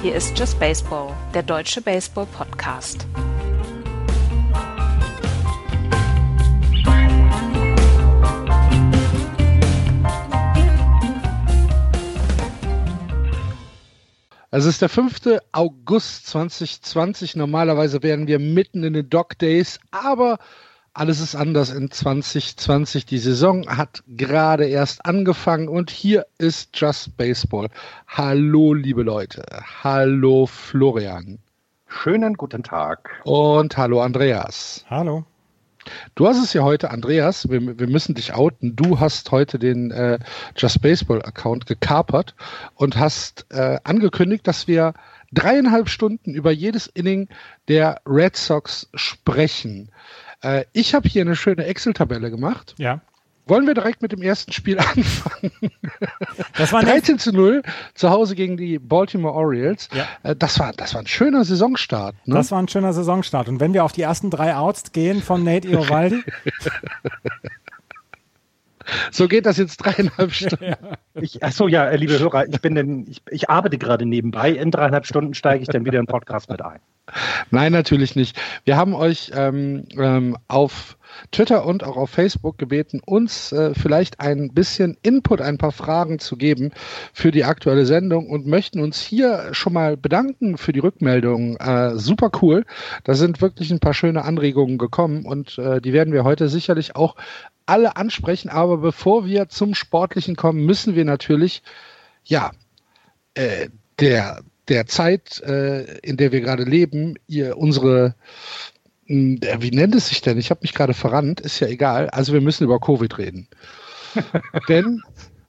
Hier ist Just Baseball, der deutsche Baseball-Podcast. Es ist der 5. August 2020. Normalerweise wären wir mitten in den Dog Days, aber alles ist anders in 2020. Die Saison hat gerade erst angefangen und hier ist Just Baseball. Hallo, liebe Leute. Hallo, Florian. Schönen guten Tag. Und hallo, Andreas. Hallo. Du hast es ja heute, Andreas, wir müssen dich outen. Du hast heute den Just Baseball-Account gekapert und hast angekündigt, dass wir 3,5 Stunden über jedes Inning der Red Sox sprechen. Ich habe hier eine schöne Excel-Tabelle gemacht. Ja. Wollen wir direkt mit dem ersten Spiel anfangen? Das war 13:0 zu Hause gegen die Baltimore Orioles. Ja. Das war ein schöner Saisonstart. Ne? Das war ein schöner Saisonstart. Und wenn wir auf die ersten 3 Outs gehen von Nate Eovaldi. So geht das jetzt 3,5 Stunden. Ja. Liebe Hörer, ich arbeite gerade nebenbei. In 3,5 Stunden steige ich dann wieder in den Podcast mit ein. Nein, natürlich nicht. Wir haben euch auf Twitter und auch auf Facebook gebeten, uns vielleicht ein bisschen Input, ein paar Fragen zu geben für die aktuelle Sendung und möchten uns hier schon mal bedanken für die Rückmeldung. Super cool. Da sind wirklich ein paar schöne Anregungen gekommen und die werden wir heute sicherlich auch alle ansprechen. Aber bevor wir zum Sportlichen kommen, müssen wir natürlich, der Zeit, in der wir gerade leben, wie nennt es sich denn? Ich habe mich gerade verrannt, ist ja egal. Also wir müssen über Covid reden. Denn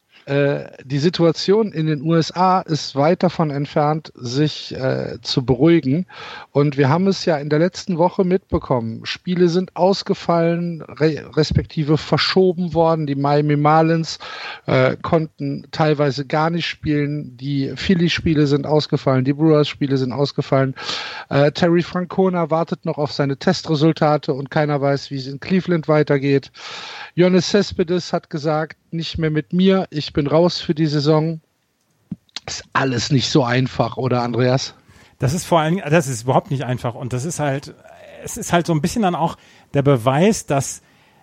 die Situation in den USA ist weit davon entfernt, sich zu beruhigen. Und wir haben es ja in der letzten Woche mitbekommen. Spiele sind ausgefallen, respektive verschoben worden. Die Miami Marlins konnten teilweise gar nicht spielen. Die Philly-Spiele sind ausgefallen, die Brewers-Spiele sind ausgefallen. Terry Francona wartet noch auf seine Testresultate und keiner weiß, wie es in Cleveland weitergeht. Yoenis Cespedes hat gesagt, nicht mehr mit mir, ich bin raus für die Saison. Ist alles nicht so einfach, oder Andreas? Das ist überhaupt nicht einfach und es ist halt so ein bisschen dann auch der Beweis, dass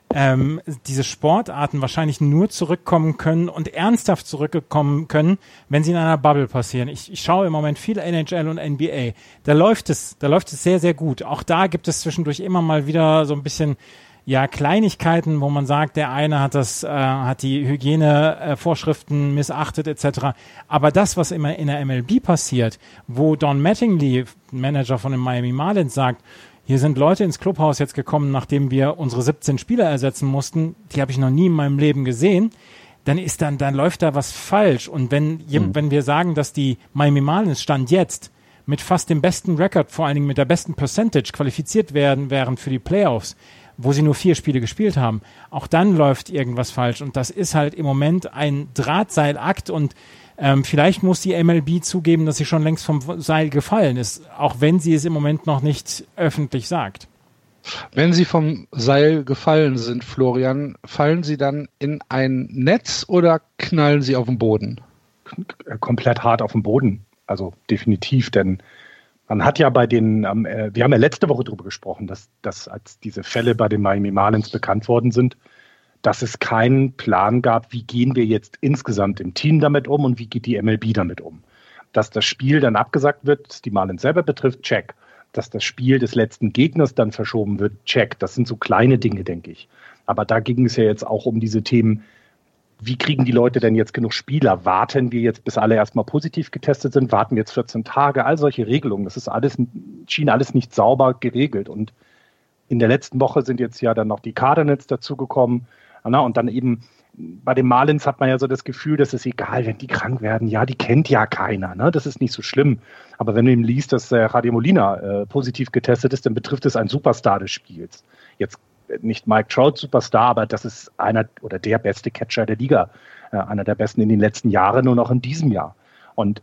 diese Sportarten wahrscheinlich nur zurückkommen können und ernsthaft zurückkommen können, wenn sie in einer Bubble passieren. Ich schaue im Moment viel NHL und NBA. Da läuft es sehr, sehr gut. Auch da gibt es zwischendurch immer mal wieder so ein bisschen Kleinigkeiten, wo man sagt, der eine hat die Hygienevorschriften missachtet etc. Aber das, was immer in der MLB passiert, wo Don Mattingly, Manager von den Miami Marlins, sagt, hier sind Leute ins Clubhaus jetzt gekommen, nachdem wir unsere 17 Spieler ersetzen mussten, die habe ich noch nie in meinem Leben gesehen, dann läuft da was falsch. Und wenn wir sagen, dass die Miami Marlins Stand jetzt mit fast dem besten Rekord, vor allen Dingen mit der besten Percentage qualifiziert wären für die Playoffs, wo sie nur 4 Spiele gespielt haben, auch dann läuft irgendwas falsch. Und das ist halt im Moment ein Drahtseilakt und vielleicht muss die MLB zugeben, dass sie schon längst vom Seil gefallen ist, auch wenn sie es im Moment noch nicht öffentlich sagt. Wenn sie vom Seil gefallen sind, Florian, fallen sie dann in ein Netz oder knallen sie auf den Boden? Komplett hart auf den Boden, also definitiv, denn man hat ja wir haben ja letzte Woche darüber gesprochen, dass als diese Fälle bei den Miami Marlins bekannt worden sind, dass es keinen Plan gab, wie gehen wir jetzt insgesamt im Team damit um und wie geht die MLB damit um. Dass das Spiel dann abgesagt wird, was die Marlins selber betrifft, check. Dass das Spiel des letzten Gegners dann verschoben wird, check. Das sind so kleine Dinge, denke ich. Aber da ging es ja jetzt auch um diese Themen, wie kriegen die Leute denn jetzt genug Spieler? Warten wir jetzt, bis alle erstmal positiv getestet sind? Warten wir jetzt 14 Tage? All solche Regelungen. Das schien alles nicht sauber geregelt. Und in der letzten Woche sind jetzt ja dann noch die Cardinals dazugekommen. Und dann eben bei den Marlins hat man ja so das Gefühl, dass es egal, wenn die krank werden. Ja, die kennt ja keiner. Ne? Das ist nicht so schlimm. Aber wenn du eben liest, dass Yadier Molina positiv getestet ist, dann betrifft es einen Superstar des Spiels. Jetzt nicht Mike Trout Superstar, aber das ist einer oder der beste Catcher der Liga. Einer der besten in den letzten Jahren, nur noch in diesem Jahr. Und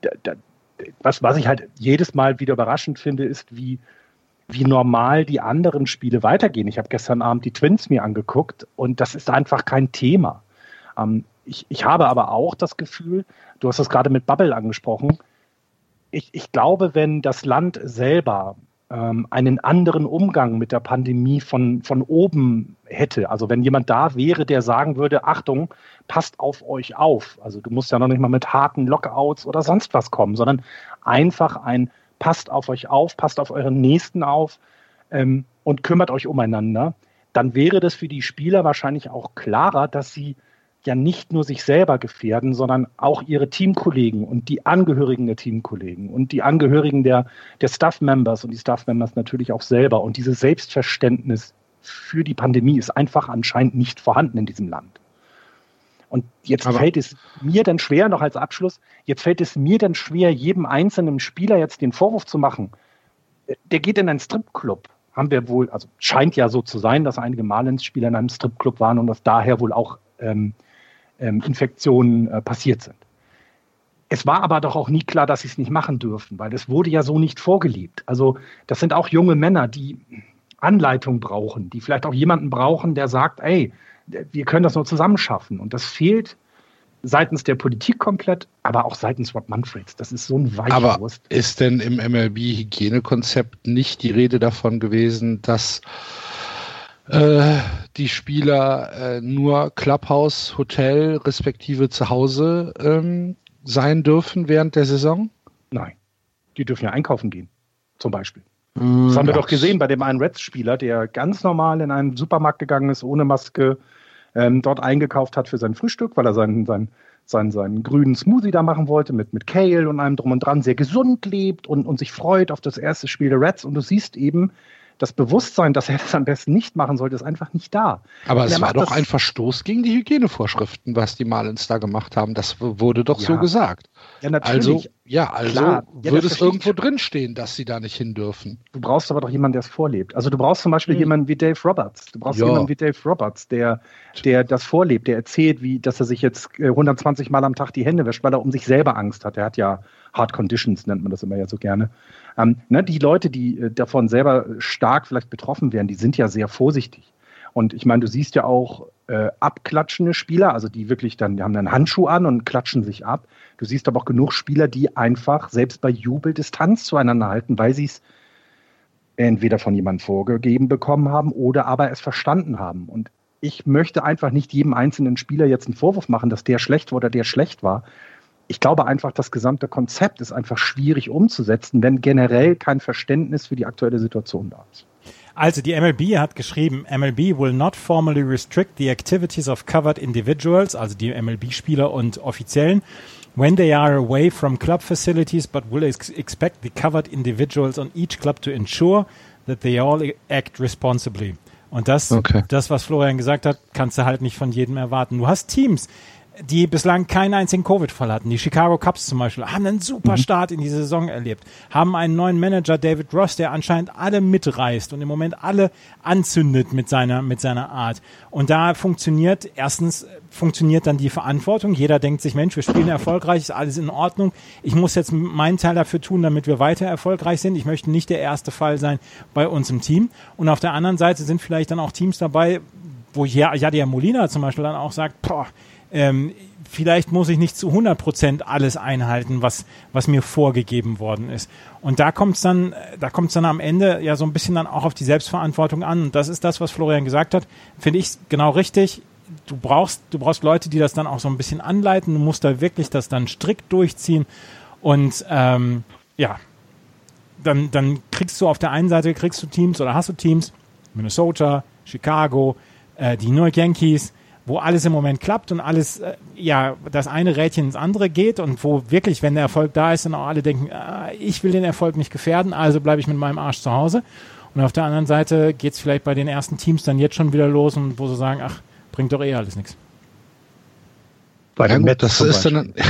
was ich halt jedes Mal wieder überraschend finde, ist, wie normal die anderen Spiele weitergehen. Ich habe gestern Abend die Twins mir angeguckt und das ist einfach kein Thema. Ich habe aber auch das Gefühl, du hast das gerade mit Bubble angesprochen, ich glaube, wenn das Land selber einen anderen Umgang mit der Pandemie von oben hätte, also wenn jemand da wäre, der sagen würde, Achtung, passt auf euch auf. Also du musst ja noch nicht mal mit harten Lockouts oder sonst was kommen, sondern einfach passt auf euch auf, passt auf euren Nächsten auf und kümmert euch umeinander. Dann wäre das für die Spieler wahrscheinlich auch klarer, dass sie ja nicht nur sich selber gefährden, sondern auch ihre Teamkollegen und die Angehörigen der Teamkollegen und die Angehörigen der Staff-Members und die Staff-Members natürlich auch selber. Und dieses Selbstverständnis für die Pandemie ist einfach anscheinend nicht vorhanden in diesem Land. Und jetzt fällt es mir dann schwer, noch als Abschluss, jedem einzelnen Spieler jetzt den Vorwurf zu machen, der geht in einen Stripclub. Haben wir wohl, also scheint ja so zu sein, dass einige Marlins-Spieler in einem Stripclub waren und dass daher wohl auch Infektionen passiert sind. Es war aber doch auch nie klar, dass sie es nicht machen dürfen, weil es wurde ja so nicht vorgelebt. Also das sind auch junge Männer, die Anleitung brauchen, die vielleicht auch jemanden brauchen, der sagt, ey, wir können das nur zusammen schaffen. Und das fehlt seitens der Politik komplett, aber auch seitens Rob Manfreds. Das ist so ein Weichwurst. Aber ist denn im MLB-Hygienekonzept nicht die Rede davon gewesen, dass die Spieler nur Clubhouse, Hotel respektive zu Hause sein dürfen während der Saison? Nein, die dürfen ja einkaufen gehen, zum Beispiel. Das haben wir doch gesehen bei dem einen Reds-Spieler, der ganz normal in einen Supermarkt gegangen ist, ohne Maske, dort eingekauft hat für sein Frühstück, weil er seinen grünen Smoothie da machen wollte mit Kale und allem drum und dran, sehr gesund lebt und sich freut auf das erste Spiel der Reds. Und du siehst eben, das Bewusstsein, dass er das am besten nicht machen sollte, ist einfach nicht da. Aber es war doch ein Verstoß gegen die Hygienevorschriften, was die Marlins da gemacht haben. Das wurde doch so gesagt. Ja, natürlich. Also würde es irgendwo drinstehen, dass sie da nicht hin dürfen. Du brauchst aber doch jemanden, der es vorlebt. Also du brauchst zum Beispiel jemanden wie Dave Roberts. Der das vorlebt, der erzählt, dass er sich jetzt 120 Mal am Tag die Hände wäscht, weil er um sich selber Angst hat. Er hat ja Hard Conditions, nennt man das immer ja so gerne. Die Leute, die davon selber stark vielleicht betroffen werden, die sind ja sehr vorsichtig. Und ich meine, du siehst ja auch abklatschende Spieler, also die wirklich die haben dann einen Handschuh an und klatschen sich ab. Du siehst aber auch genug Spieler, die einfach selbst bei Jubel Distanz zueinander halten, weil sie es entweder von jemandem vorgegeben bekommen haben oder aber es verstanden haben. Und ich möchte einfach nicht jedem einzelnen Spieler jetzt einen Vorwurf machen, dass der schlecht war oder der schlecht war. Ich glaube einfach, das gesamte Konzept ist einfach schwierig umzusetzen, wenn generell kein Verständnis für die aktuelle Situation da ist. Also die MLB hat geschrieben, MLB will not formally restrict the activities of covered individuals, also die MLB-Spieler und Offiziellen, when they are away from club facilities, but will expect the covered individuals on each club to ensure that they all act responsibly. Und das, was Florian gesagt hat, kannst du halt nicht von jedem erwarten. Du hast Teams, die bislang keinen einzigen Covid-Fall hatten. Die Chicago Cubs zum Beispiel haben einen super Start in die Saison erlebt, haben einen neuen Manager, David Ross, der anscheinend alle mitreißt und im Moment alle anzündet mit seiner Art. Und da funktioniert dann die Verantwortung. Jeder denkt sich, Mensch, wir spielen erfolgreich, ist alles in Ordnung. Ich muss jetzt meinen Teil dafür tun, damit wir weiter erfolgreich sind. Ich möchte nicht der erste Fall sein bei uns im Team. Und auf der anderen Seite sind vielleicht dann auch Teams dabei, wo Yadier Molina zum Beispiel dann auch sagt, vielleicht muss ich nicht zu 100% alles einhalten, was mir vorgegeben worden ist. Und da kommt's dann am Ende ja so ein bisschen dann auch auf die Selbstverantwortung an. Und das ist das, was Florian gesagt hat. Finde ich genau richtig. Du brauchst Leute, die das dann auch so ein bisschen anleiten. Du musst da wirklich das dann strikt durchziehen. Und dann kriegst du auf der einen Seite Teams oder hast du Teams, Minnesota, Chicago, die New York Yankees, wo alles im Moment klappt und alles, das eine Rädchen ins andere geht und wo wirklich, wenn der Erfolg da ist, dann auch alle denken, ich will den Erfolg nicht gefährden, also bleibe ich mit meinem Arsch zu Hause. Und auf der anderen Seite geht es vielleicht bei den ersten Teams dann jetzt schon wieder los und wo sie sagen, ach, bringt doch alles nichts. Das ist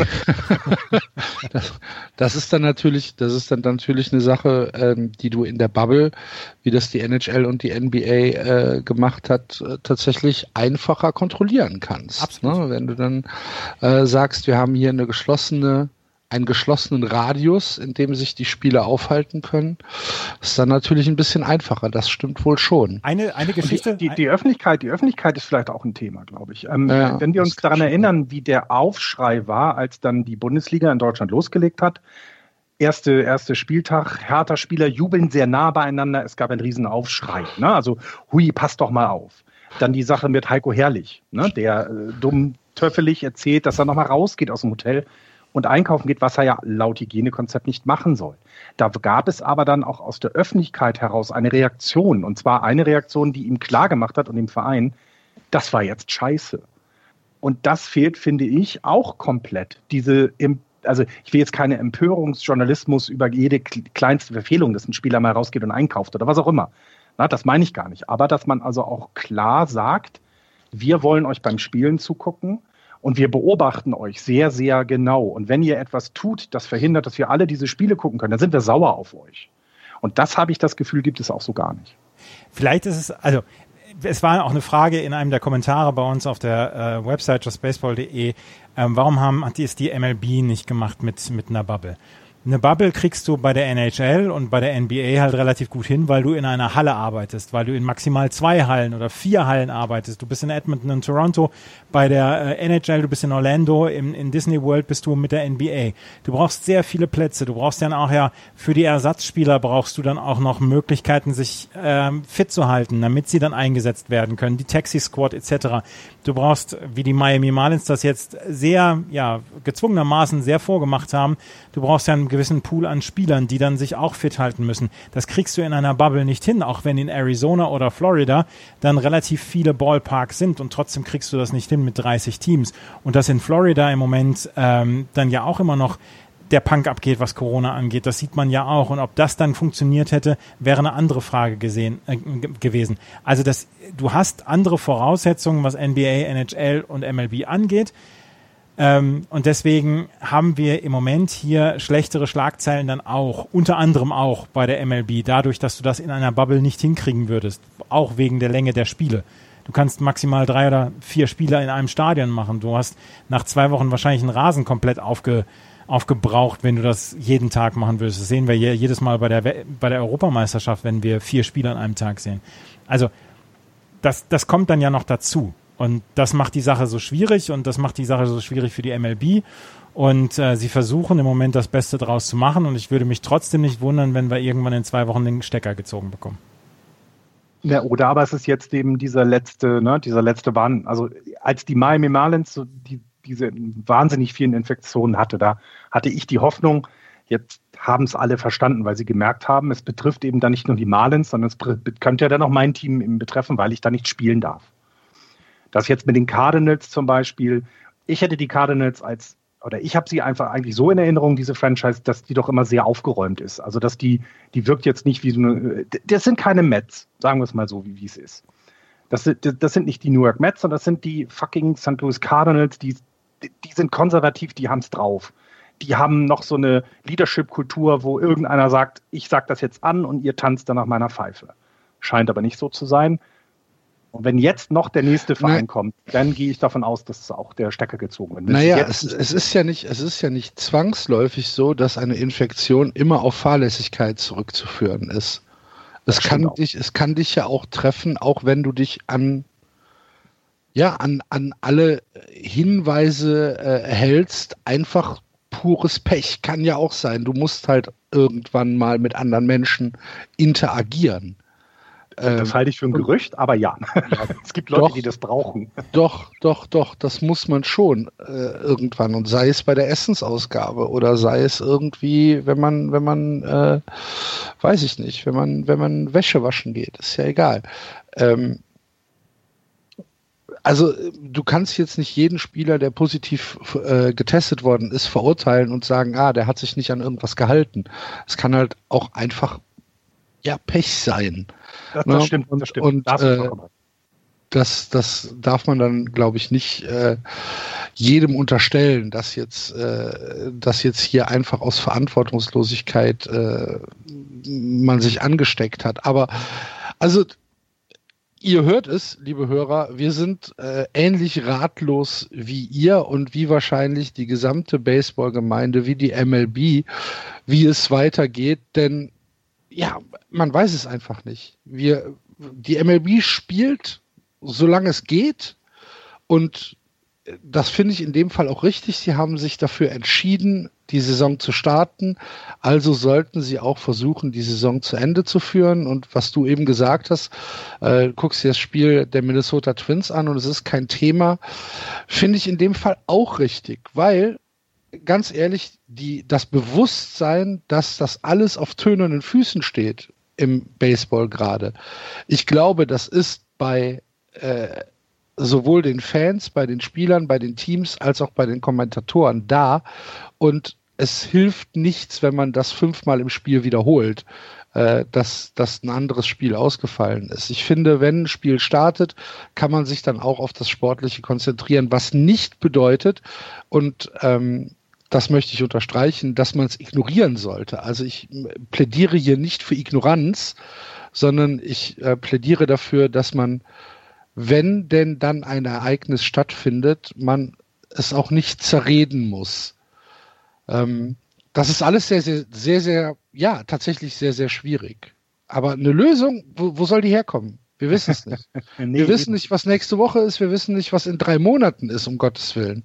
dann natürlich eine Sache, die du in der Bubble, wie das die NHL und die NBA gemacht hat, tatsächlich einfacher kontrollieren kannst. Absolut. Ne? Wenn du dann sagst, wir haben hier einen geschlossenen Radius, in dem sich die Spieler aufhalten können, ist dann natürlich ein bisschen einfacher. Das stimmt wohl schon. Eine Geschichte. Die Öffentlichkeit ist vielleicht auch ein Thema, glaube ich. Wenn wir uns daran erinnern, wie der Aufschrei war, als dann die Bundesliga in Deutschland losgelegt hat, Erste Spieltag, Hertha-Spieler jubeln sehr nah beieinander, es gab einen riesen Aufschrei. Ne? Also, hui, passt doch mal auf. Dann die Sache mit Heiko Herrlich, ne? Der dumm töffelig erzählt, dass er nochmal rausgeht aus dem Hotel und einkaufen geht, was er ja laut Hygienekonzept nicht machen soll. Da gab es aber dann auch aus der Öffentlichkeit heraus eine Reaktion, und zwar eine Reaktion, die ihm klar gemacht hat und dem Verein, das war jetzt scheiße. Und das fehlt, finde ich, auch komplett. Also ich will jetzt keine Empörungsjournalismus über jede kleinste Verfehlung, dass ein Spieler mal rausgeht und einkauft oder was auch immer. Na, das meine ich gar nicht. Aber dass man also auch klar sagt, wir wollen euch beim Spielen zugucken und wir beobachten euch sehr, sehr genau. Und wenn ihr etwas tut, das verhindert, dass wir alle diese Spiele gucken können, dann sind wir sauer auf euch. Und das, habe ich das Gefühl, gibt es auch so gar nicht. Vielleicht ist es, also es war auch eine Frage in einem der Kommentare bei uns auf der Website justbaseball.de, warum hat die MLB nicht gemacht mit einer Bubble? Eine Bubble kriegst du bei der NHL und bei der NBA halt relativ gut hin, weil du in einer Halle arbeitest, weil du in maximal 2 Hallen oder 4 Hallen arbeitest. Du bist in Edmonton und Toronto bei der NHL, du bist in Orlando, in Disney World bist du mit der NBA. Du brauchst sehr viele Plätze. Du brauchst dann auch ja für die Ersatzspieler brauchst du dann auch noch Möglichkeiten, sich fit zu halten, damit sie dann eingesetzt werden können. Die Taxi Squad etc. Du brauchst, wie die Miami Marlins das jetzt sehr, gezwungenermaßen sehr vorgemacht haben, du brauchst ja einen gewissen Pool an Spielern, die dann sich auch fit halten müssen. Das kriegst du in einer Bubble nicht hin, auch wenn in Arizona oder Florida dann relativ viele Ballparks sind und trotzdem kriegst du das nicht hin mit 30 Teams. Und dass in Florida im Moment dann ja auch immer noch der Punk abgeht, was Corona angeht, das sieht man ja auch. Und ob das dann funktioniert hätte, wäre eine andere Frage gewesen. Also du hast andere Voraussetzungen, was NBA, NHL und MLB angeht. Und deswegen haben wir im Moment hier schlechtere Schlagzeilen dann auch, unter anderem auch bei der MLB, dadurch, dass du das in einer Bubble nicht hinkriegen würdest, auch wegen der Länge der Spiele. Du kannst maximal 3 oder 4 Spiele in einem Stadion machen. Du hast nach 2 Wochen wahrscheinlich einen Rasen komplett aufgebraucht, wenn du das jeden Tag machen würdest. Das sehen wir jedes Mal bei der Europameisterschaft, wenn wir 4 Spiele an einem Tag sehen. Also das kommt dann ja noch dazu. Und das macht die Sache so schwierig und das macht die Sache so schwierig für die MLB. Und sie versuchen im Moment das Beste draus zu machen. Und ich würde mich trotzdem nicht wundern, wenn wir irgendwann in 2 Wochen den Stecker gezogen bekommen. Ja, oder aber es ist jetzt eben dieser letzte Wahn. Also als die Miami Marlins so diese wahnsinnig vielen Infektionen da hatte ich die Hoffnung, jetzt haben es alle verstanden, weil sie gemerkt haben, es betrifft eben dann nicht nur die Marlins, sondern es könnte ja dann auch mein Team eben betreffen, weil ich da nicht spielen darf. Das jetzt mit den Cardinals zum Beispiel, ich hätte die Cardinals ich habe sie einfach eigentlich so in Erinnerung, diese Franchise, dass die doch immer sehr aufgeräumt ist. Also dass die wirkt jetzt nicht wie so eine, das sind keine Mets, sagen wir es mal so, wie es ist. Das sind nicht die New York Mets, sondern das sind die fucking St. Louis Cardinals, die sind konservativ, die haben es drauf. Die haben noch so eine Leadership-Kultur, wo irgendeiner sagt, ich sag das jetzt an und ihr tanzt dann nach meiner Pfeife. Scheint aber nicht so zu sein. Und wenn jetzt noch der nächste Verein kommt, dann gehe ich davon aus, dass auch der Stecker gezogen wird. Es ist ja nicht zwangsläufig so, dass eine Infektion immer auf Fahrlässigkeit zurückzuführen ist. Es kann dich ja auch treffen, auch wenn du dich an alle Hinweise hältst, einfach pures Pech kann ja auch sein. Du musst halt irgendwann mal mit anderen Menschen interagieren. Das halte ich für ein Gerücht, aber ja. Es gibt Leute, die das brauchen. Doch, das muss man schon irgendwann. Und sei es bei der Essensausgabe oder sei es irgendwie, wenn man weiß ich nicht, wenn man Wäsche waschen geht, ist ja egal. Also du kannst jetzt nicht jeden Spieler, der positiv getestet worden ist, verurteilen und sagen, der hat sich nicht an irgendwas gehalten. Es kann halt auch einfach Pech sein. Das stimmt. Und das darf man dann, glaube ich, nicht jedem unterstellen, dass jetzt hier einfach aus Verantwortungslosigkeit man sich angesteckt hat. Aber also ihr hört es, liebe Hörer, wir sind ähnlich ratlos wie ihr und wie wahrscheinlich die gesamte Baseballgemeinde, wie die MLB, wie es weitergeht, denn man weiß es einfach nicht. Die MLB spielt, solange es geht, und das finde ich in dem Fall auch richtig. Sie haben sich dafür entschieden, die Saison zu starten. Also sollten sie auch versuchen, die Saison zu Ende zu führen. Und was du eben gesagt hast, guckst dir das Spiel der Minnesota Twins an und es ist kein Thema, finde ich in dem Fall auch richtig, weil ganz ehrlich, das Bewusstsein, dass das alles auf tönernen Füßen steht im Baseball gerade. Ich glaube, das ist bei sowohl den Fans, bei den Spielern, bei den Teams als auch bei den Kommentatoren da. Und es hilft nichts, wenn man das 5-mal im Spiel wiederholt, dass ein anderes Spiel ausgefallen ist. Ich finde, wenn ein Spiel startet, kann man sich dann auch auf das Sportliche konzentrieren, was nicht bedeutet, und das möchte ich unterstreichen, dass man es ignorieren sollte. Also ich plädiere hier nicht für Ignoranz, sondern ich plädiere dafür, dass man, wenn denn dann ein Ereignis stattfindet, man es auch nicht zerreden muss. Das ist alles sehr, sehr, sehr, sehr, ja, tatsächlich sehr, sehr schwierig. Aber eine Lösung, wo soll die herkommen? Wir wissen es nicht. Wir wissen nicht, was nächste Woche ist. Wir wissen nicht, was in 3 Monaten ist, um Gottes Willen.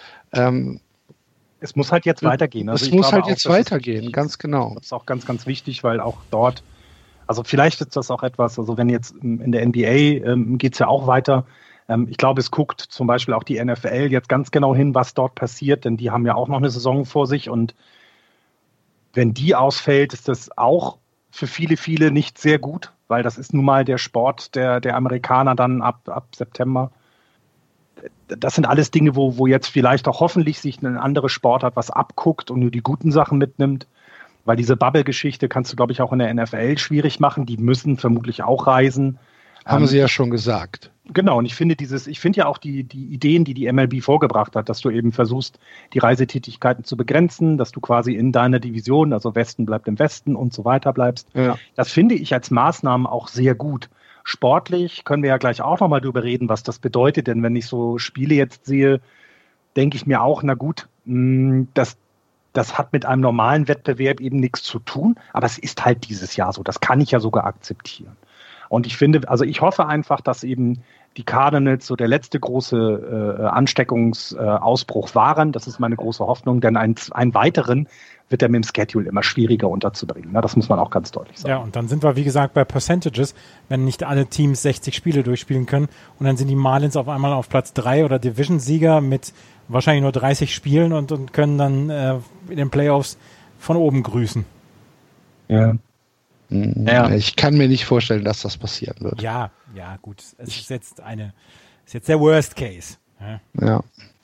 Es muss halt jetzt weitergehen. Also es muss halt jetzt weitergehen, ganz genau. Das ist auch ganz, ganz wichtig, weil auch dort, also vielleicht ist das auch etwas, also wenn jetzt in der NBA geht es ja auch weiter. Ich glaube, es guckt zum Beispiel auch die NFL jetzt ganz genau hin, was dort passiert, denn die haben ja auch noch eine Saison vor sich, und wenn die ausfällt, ist das auch für viele, viele nicht sehr gut, weil das ist nun mal der Sport der Amerikaner dann ab September. Das sind alles Dinge, wo jetzt vielleicht auch hoffentlich sich ein anderes Sportart was abguckt und nur die guten Sachen mitnimmt. Weil diese Bubble-Geschichte kannst du, glaube ich, auch in der NFL schwierig machen. Die müssen vermutlich auch reisen. Haben sie ja schon gesagt. Genau, und ich finde ja auch die Ideen, die MLB vorgebracht hat, dass du eben versuchst, die Reisetätigkeiten zu begrenzen, dass du quasi in deiner Division, also Westen bleibt im Westen und so weiter bleibst. Ja. Das finde ich als Maßnahmen auch sehr gut. Sportlich können wir ja gleich auch nochmal drüber reden, was das bedeutet, denn wenn ich so Spiele jetzt sehe, denke ich mir auch, na gut, das hat mit einem normalen Wettbewerb eben nichts zu tun, aber es ist halt dieses Jahr so, das kann ich ja sogar akzeptieren. Und ich finde, also ich hoffe einfach, dass eben die Cardinals so der letzte große Ansteckungsausbruch waren. Das ist meine große Hoffnung, denn einen weiteren wird er mit dem Schedule immer schwieriger unterzubringen. Na, das muss man auch ganz deutlich sagen. Ja, und dann sind wir, wie gesagt, bei Percentages, wenn nicht alle Teams 60 Spiele durchspielen können, und dann sind die Marlins auf einmal auf Platz 3 oder Division-Sieger mit wahrscheinlich nur 30 Spielen und können dann in den Playoffs von oben grüßen. Ja. Ich kann mir nicht vorstellen, dass das passieren wird. Ja, gut. Es ist jetzt der Worst Case. Ja.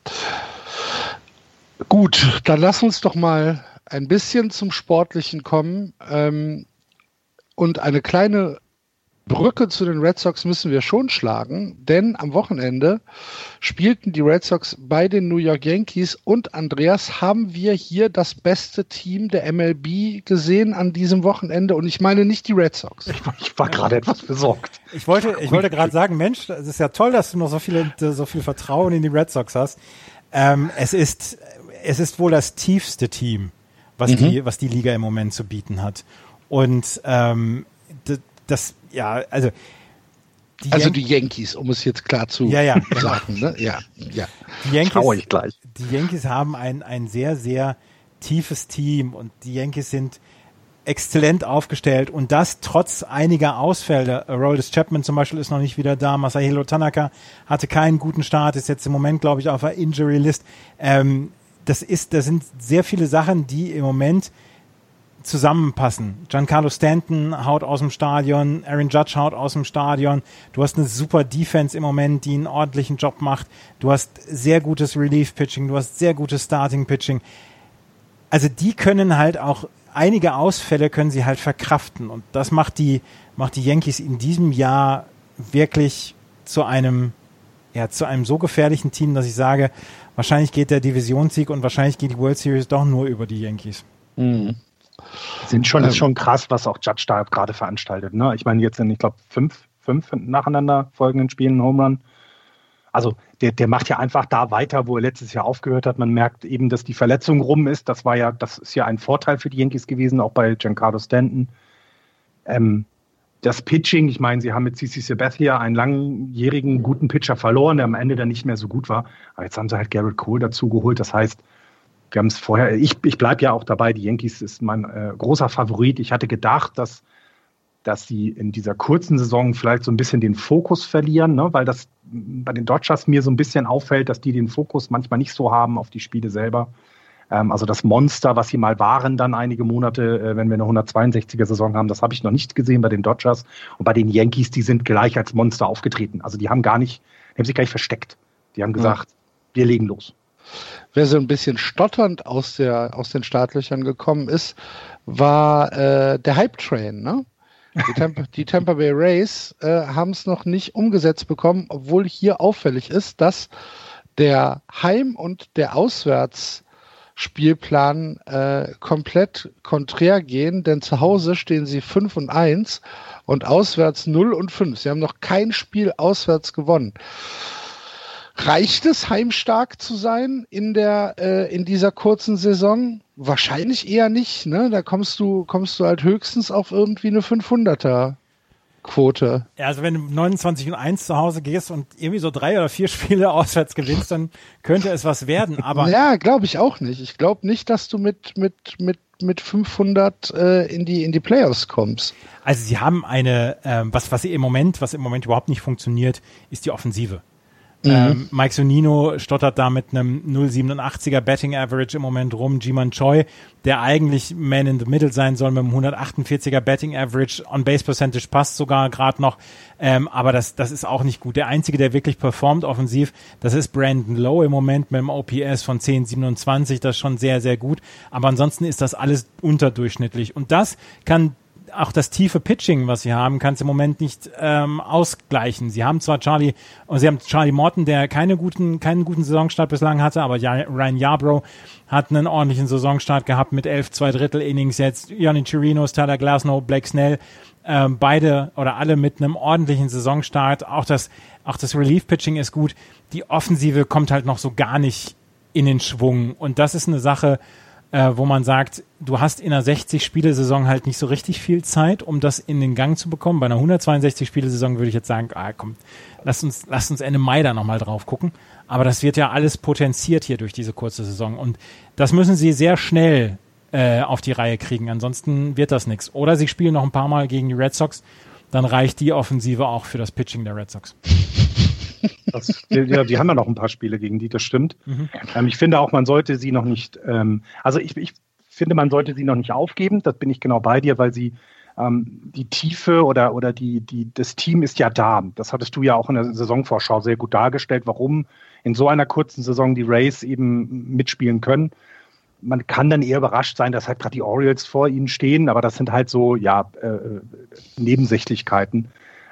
Gut, dann lass uns doch mal ein bisschen zum Sportlichen kommen. Und eine kleine Brücke zu den Red Sox müssen wir schon schlagen, denn am Wochenende spielten die Red Sox bei den New York Yankees, und Andreas, haben wir hier das beste Team der MLB gesehen an diesem Wochenende, und ich meine nicht die Red Sox. Ich war gerade etwas besorgt. Ich wollte gerade sagen, Mensch, es ist ja toll, dass du noch so viel Vertrauen in die Red Sox hast. Es ist wohl das tiefste Team, was die Liga im Moment zu bieten hat. Und die Yankees, um es jetzt klar zu sagen. Ne? Ja. Die Yankees haben ein sehr, sehr tiefes Team, und die Yankees sind exzellent aufgestellt, und das trotz einiger Ausfälle. Aroldis Chapman zum Beispiel ist noch nicht wieder da, Masahiro Tanaka hatte keinen guten Start, ist jetzt im Moment, glaube ich, auf der Injury List. Das sind sehr viele Sachen, die im Moment zusammenpassen. Giancarlo Stanton haut aus dem Stadion, Aaron Judge haut aus dem Stadion, du hast eine super Defense im Moment, die einen ordentlichen Job macht, du hast sehr gutes Relief-Pitching, du hast sehr gutes Starting-Pitching. Also die können halt auch, einige Ausfälle können sie halt verkraften, und das macht die Yankees in diesem Jahr wirklich zu einem so gefährlichen Team, dass ich sage, wahrscheinlich geht der Divisionssieg und wahrscheinlich geht die World Series doch nur über die Yankees. Mhm. Ist schon krass, was auch Judge da gerade veranstaltet. Ne? Ich meine, jetzt in, ich glaube, fünf nacheinander folgenden Spielen einen Home Run. Also der macht ja einfach da weiter, wo er letztes Jahr aufgehört hat. Man merkt eben, dass die Verletzung rum ist. Das ist ja ein Vorteil für die Yankees gewesen, auch bei Giancarlo Stanton. das Pitching, ich meine, sie haben mit CC Sabathia einen langjährigen guten Pitcher verloren, der am Ende dann nicht mehr so gut war. Aber jetzt haben sie halt Garrett Cole dazu geholt. Das heißt, wir haben es vorher, ich bleibe ja auch dabei, die Yankees ist mein großer Favorit. Ich hatte gedacht, dass sie in dieser kurzen Saison vielleicht so ein bisschen den Fokus verlieren, ne? Weil das bei den Dodgers mir so ein bisschen auffällt, dass die den Fokus manchmal nicht so haben auf die Spiele selber. Also das Monster, was sie mal waren, dann einige Monate, wenn wir eine 162er-Saison haben, das habe ich noch nicht gesehen bei den Dodgers. Und bei den Yankees, die sind gleich als Monster aufgetreten. Also die haben sich gar nicht versteckt. Die haben gesagt, wir legen los. Wer so ein bisschen stotternd aus den Startlöchern gekommen ist, war der Hype-Train, ne? Die Tampa Bay Rays haben es noch nicht umgesetzt bekommen, obwohl hier auffällig ist, dass der Heim- und der Auswärtsspielplan komplett konträr gehen, denn zu Hause stehen sie 5-1 und auswärts 0-5. Sie haben noch kein Spiel auswärts gewonnen. Reicht es, heimstark zu sein in dieser kurzen Saison? Wahrscheinlich eher nicht, ne? Da kommst du halt höchstens auf irgendwie eine 500er-Quote. Ja, also wenn du 29-1 zu Hause gehst und irgendwie so 3 oder 4 Spiele auswärts gewinnst, dann könnte es was werden. Aber ja, glaube ich auch nicht. Ich glaube nicht, dass du mit 500 in die Playoffs kommst. Also sie haben was im Moment überhaupt nicht funktioniert, ist die Offensive. Mike Zunino stottert da mit einem 0,87er Batting Average im Moment rum. Ji-Man Choi, der eigentlich Man in the Middle sein soll, mit einem 148er Batting Average. On-Base Percentage passt sogar gerade noch. Aber das ist auch nicht gut. Der Einzige, der wirklich performt offensiv, das ist Brandon Lowe im Moment mit einem OPS von 10,27. Das ist schon sehr, sehr gut. Aber ansonsten ist das alles unterdurchschnittlich. Und das kann auch das tiefe Pitching, was sie haben, kann es im Moment nicht ausgleichen. Sie haben Charlie Morton, der keinen guten Saisonstart bislang hatte, aber Ryan Yarbrough hat einen ordentlichen Saisonstart gehabt mit 11 2/3 Innings jetzt. Yonny Chirinos, Tyler Glasnow, Blake Snell, beide oder alle mit einem ordentlichen Saisonstart. Auch das Relief-Pitching ist gut. Die Offensive kommt halt noch so gar nicht in den Schwung. Und das ist eine Sache, wo man sagt, du hast in einer 60-Spiele-Saison halt nicht so richtig viel Zeit, um das in den Gang zu bekommen. Bei einer 162-Spiele-Saison würde ich jetzt sagen, komm, lass uns Ende Mai da nochmal drauf gucken. Aber das wird ja alles potenziert hier durch diese kurze Saison. Und das müssen sie sehr schnell auf die Reihe kriegen. Ansonsten wird das nichts. Oder sie spielen noch ein paar Mal gegen die Red Sox. Dann reicht die Offensive auch für das Pitching der Red Sox. Die haben ja noch ein paar Spiele gegen die, das stimmt. Ich finde auch, man sollte sie noch nicht, ich finde, man sollte sie noch nicht aufgeben, das bin ich genau bei dir, weil sie die Tiefe oder das Team ist ja da. Das hattest du ja auch in der Saisonvorschau sehr gut dargestellt, warum in so einer kurzen Saison die Rays eben mitspielen können. Man kann dann eher überrascht sein, dass halt gerade die Orioles vor ihnen stehen, aber das sind halt so, Nebensächlichkeiten.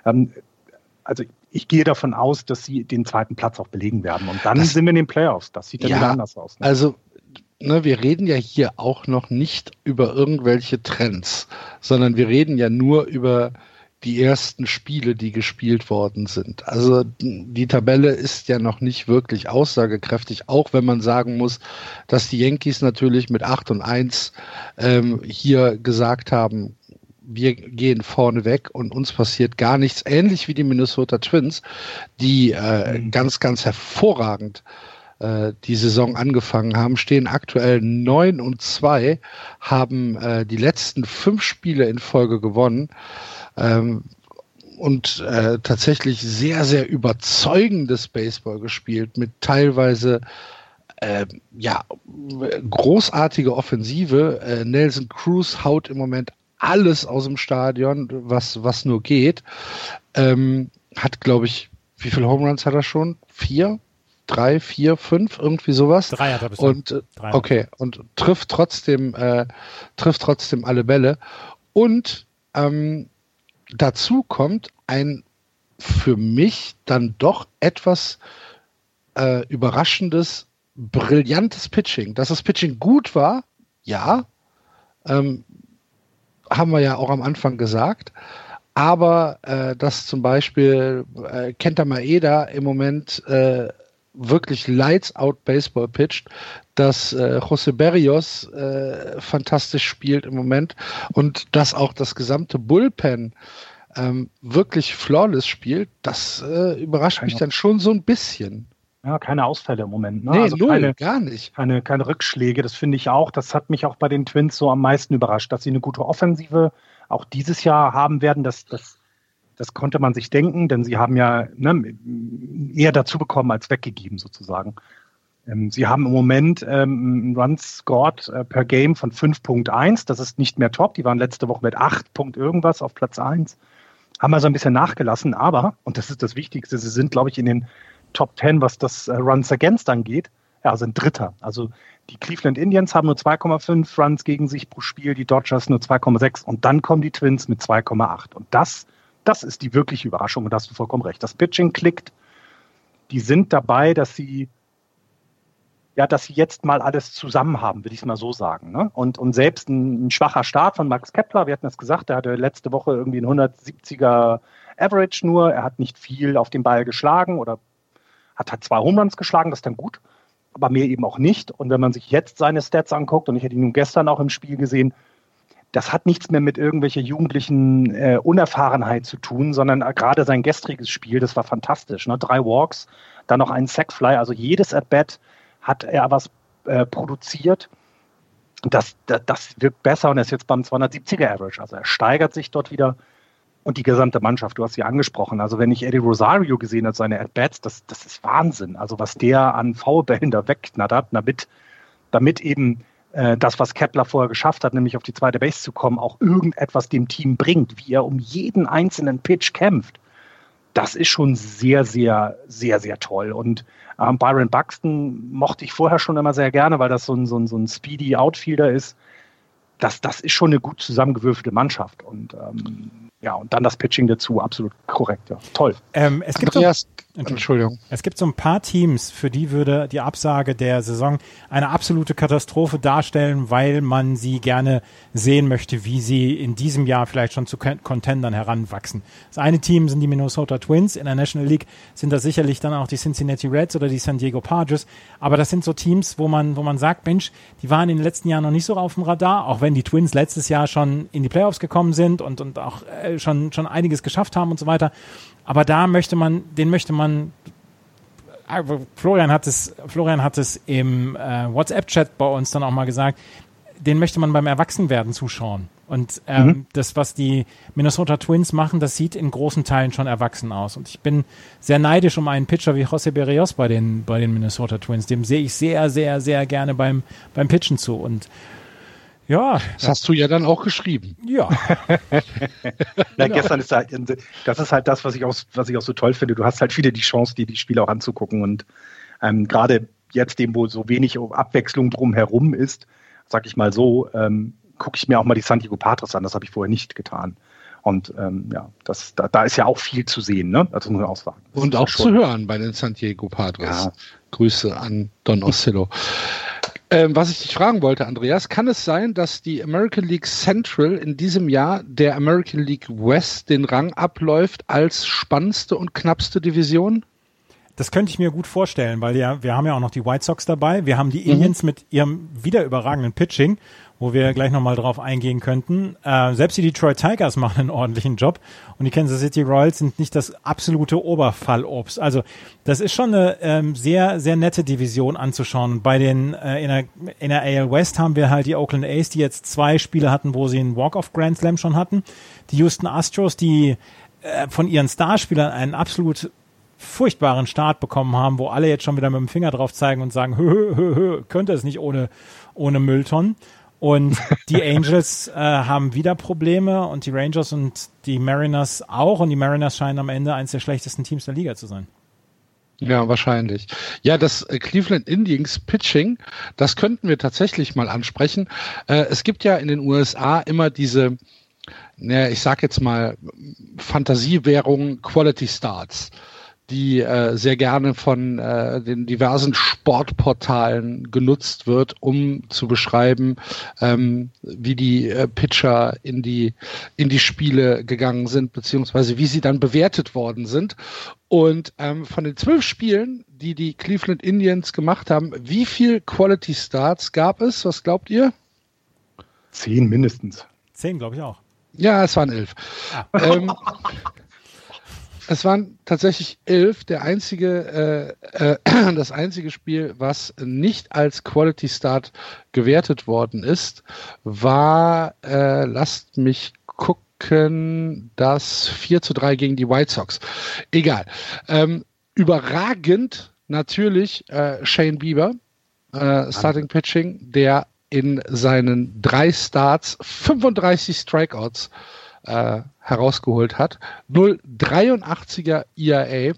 Also ich gehe davon aus, dass sie den zweiten Platz auch belegen werden. Und dann sind wir in den Playoffs. Das sieht dann wieder anders aus. Ne? Also, wir reden ja hier auch noch nicht über irgendwelche Trends, sondern wir reden ja nur über die ersten Spiele, die gespielt worden sind. Also die Tabelle ist ja noch nicht wirklich aussagekräftig, auch wenn man sagen muss, dass die Yankees natürlich mit 8-1 hier gesagt haben, wir gehen vorne weg und uns passiert gar nichts. Ähnlich wie die Minnesota Twins, die ganz, ganz hervorragend die Saison angefangen haben, stehen aktuell 9-2, haben die letzten 5 Spiele in Folge gewonnen und tatsächlich sehr, sehr überzeugendes Baseball gespielt mit teilweise großartige Offensive. Nelson Cruz haut im Moment alles aus dem Stadion, was nur geht. Hat, glaube ich, wie viele Home Runs hat er schon? 4? 3, 4, 5, irgendwie sowas. 3 hat er bisher. Und und trifft trotzdem alle Bälle. Und dazu kommt ein für mich dann doch etwas überraschendes, brillantes Pitching. Dass das Pitching gut war, ja, haben wir ja auch am Anfang gesagt, aber dass zum Beispiel Kenta Maeda im Moment wirklich Lights Out Baseball pitcht, dass José Berrios fantastisch spielt im Moment und dass auch das gesamte Bullpen wirklich flawless spielt, das überrascht mich dann schon so ein bisschen. Ja, keine Ausfälle im Moment. Ne? Nee, also null, gar nicht. Keine Rückschläge, das finde ich auch. Das hat mich auch bei den Twins so am meisten überrascht, dass sie eine gute Offensive auch dieses Jahr haben werden. Das konnte man sich denken, denn sie haben ja eher dazu bekommen als weggegeben sozusagen. Sie haben im Moment einen Runs scored per Game von 5.1. Das ist nicht mehr top. Die waren letzte Woche mit 8 Punkt irgendwas auf Platz 1. Haben also ein bisschen nachgelassen, aber, und das ist das Wichtigste, sie sind, glaube ich, in den Top 10, was das Runs Against angeht, sind Dritter. Also die Cleveland Indians haben nur 2,5 Runs gegen sich pro Spiel, die Dodgers nur 2,6 und dann kommen die Twins mit 2,8. Und das ist die wirkliche Überraschung und da hast du vollkommen recht. Das Pitching klickt. Die sind dabei, dass sie jetzt mal alles zusammen haben, will ich es mal so sagen. Ne? Und selbst ein schwacher Start von Max Kepler, wir hatten das gesagt, der hatte letzte Woche irgendwie einen 170er Average nur, er hat nicht viel auf den Ball geschlagen oder hat 2 Home Runs geschlagen, das ist dann gut, aber mehr eben auch nicht. Und wenn man sich jetzt seine Stats anguckt, und ich hätte ihn nun gestern auch im Spiel gesehen, das hat nichts mehr mit irgendwelcher jugendlichen Unerfahrenheit zu tun, sondern gerade sein gestriges Spiel, das war fantastisch. Ne? 3 Walks, dann noch einen Sackfly, also jedes At-Bat hat er was produziert. Das wirkt besser und er ist jetzt beim 270er Average. Also er steigert sich dort wieder. Und die gesamte Mannschaft, du hast sie angesprochen. Also wenn ich Eddie Rosario gesehen habe, seine At-Bats, das ist Wahnsinn. Also was der an Foulbällen da wegknattert, damit eben das, was Kepler vorher geschafft hat, nämlich auf die zweite Base zu kommen, auch irgendetwas dem Team bringt, wie er um jeden einzelnen Pitch kämpft. Das ist schon sehr, sehr, sehr, sehr toll. Und Byron Buxton mochte ich vorher schon immer sehr gerne, weil das so ein speedy Outfielder ist. Das ist schon eine gut zusammengewürfelte Mannschaft. Und und dann das Pitching dazu, absolut korrekt. Ja. Toll. Es gibt so ein paar Teams, für die würde die Absage der Saison eine absolute Katastrophe darstellen, weil man sie gerne sehen möchte, wie sie in diesem Jahr vielleicht schon zu Contendern heranwachsen. Das eine Team sind die Minnesota Twins, in der National League sind das sicherlich dann auch die Cincinnati Reds oder die San Diego Padres, aber das sind so Teams, wo man sagt, Mensch, die waren in den letzten Jahren noch nicht so auf dem Radar, auch wenn die Twins letztes Jahr schon in die Playoffs gekommen sind und auch schon einiges geschafft haben und so weiter. Aber da möchte man, Florian hat es im WhatsApp-Chat bei uns dann auch mal gesagt, den möchte man beim Erwachsenwerden zuschauen. Und das, was die Minnesota Twins machen, das sieht in großen Teilen schon erwachsen aus. Und ich bin sehr neidisch um einen Pitcher wie José Berríos bei den Minnesota Twins. Dem sehe ich sehr, sehr, sehr gerne beim Pitchen zu. Und ja. Das hast du ja dann auch geschrieben. Ja. Gestern ist das ist halt das, was ich auch so toll finde. Du hast halt wieder die Chance, dir die Spiele auch anzugucken. Und gerade jetzt, wo so wenig Abwechslung drumherum ist, sag ich mal so, gucke ich mir auch mal die San Diego Padres an. Das habe ich vorher nicht getan. Und da ist ja auch viel zu sehen, ne? Das muss man auch sagen. Und auch zu hören bei den San Diego Padres. Ja. Grüße an Don Oscillo. Was ich dich fragen wollte, Andreas, kann es sein, dass die American League Central in diesem Jahr der American League West den Rang abläuft als spannendste und knappste Division? Das könnte ich mir gut vorstellen, weil wir haben ja auch noch die White Sox dabei. Wir haben die Indians mit ihrem wieder überragenden Pitching, wo wir gleich nochmal drauf eingehen könnten. Selbst die Detroit Tigers machen einen ordentlichen Job und die Kansas City Royals sind nicht das absolute Oberfallobst. Also das ist schon eine sehr, sehr nette Division anzuschauen. Bei den in der AL West haben wir halt die Oakland A's, die jetzt 2 Spiele hatten, wo sie einen Walk-Off Grand Slam schon hatten. Die Houston Astros, die von ihren Starspielern einen absolut furchtbaren Start bekommen haben, wo alle jetzt schon wieder mit dem Finger drauf zeigen und sagen, könnte es nicht ohne Mülltonnen. Und die Angels haben wieder Probleme und die Rangers und die Mariners auch. Und die Mariners scheinen am Ende eines der schlechtesten Teams der Liga zu sein. Ja, wahrscheinlich. Ja, das Cleveland Indians Pitching, das könnten wir tatsächlich mal ansprechen. Es gibt ja in den USA immer diese, ich sag jetzt mal, Fantasiewährung Quality Starts, die sehr gerne von den diversen Sportportalen genutzt wird, um zu beschreiben, wie die Pitcher in die Spiele gegangen sind, beziehungsweise wie sie dann bewertet worden sind. Und von den 12 Spielen, die Cleveland Indians gemacht haben, wie viel Quality Starts gab es? Was glaubt ihr? 10 mindestens. 10, glaube ich auch. Ja, es waren 11. Es waren tatsächlich 11. Das einzige Spiel, was nicht als Quality Start gewertet worden ist, war, lasst mich gucken, das 4:3 gegen die White Sox. Egal. Überragend natürlich Shane Bieber, Starting Pitching, der in seinen 3 Starts 35 Strikeouts herausgeholt hat. 0,83er ERA.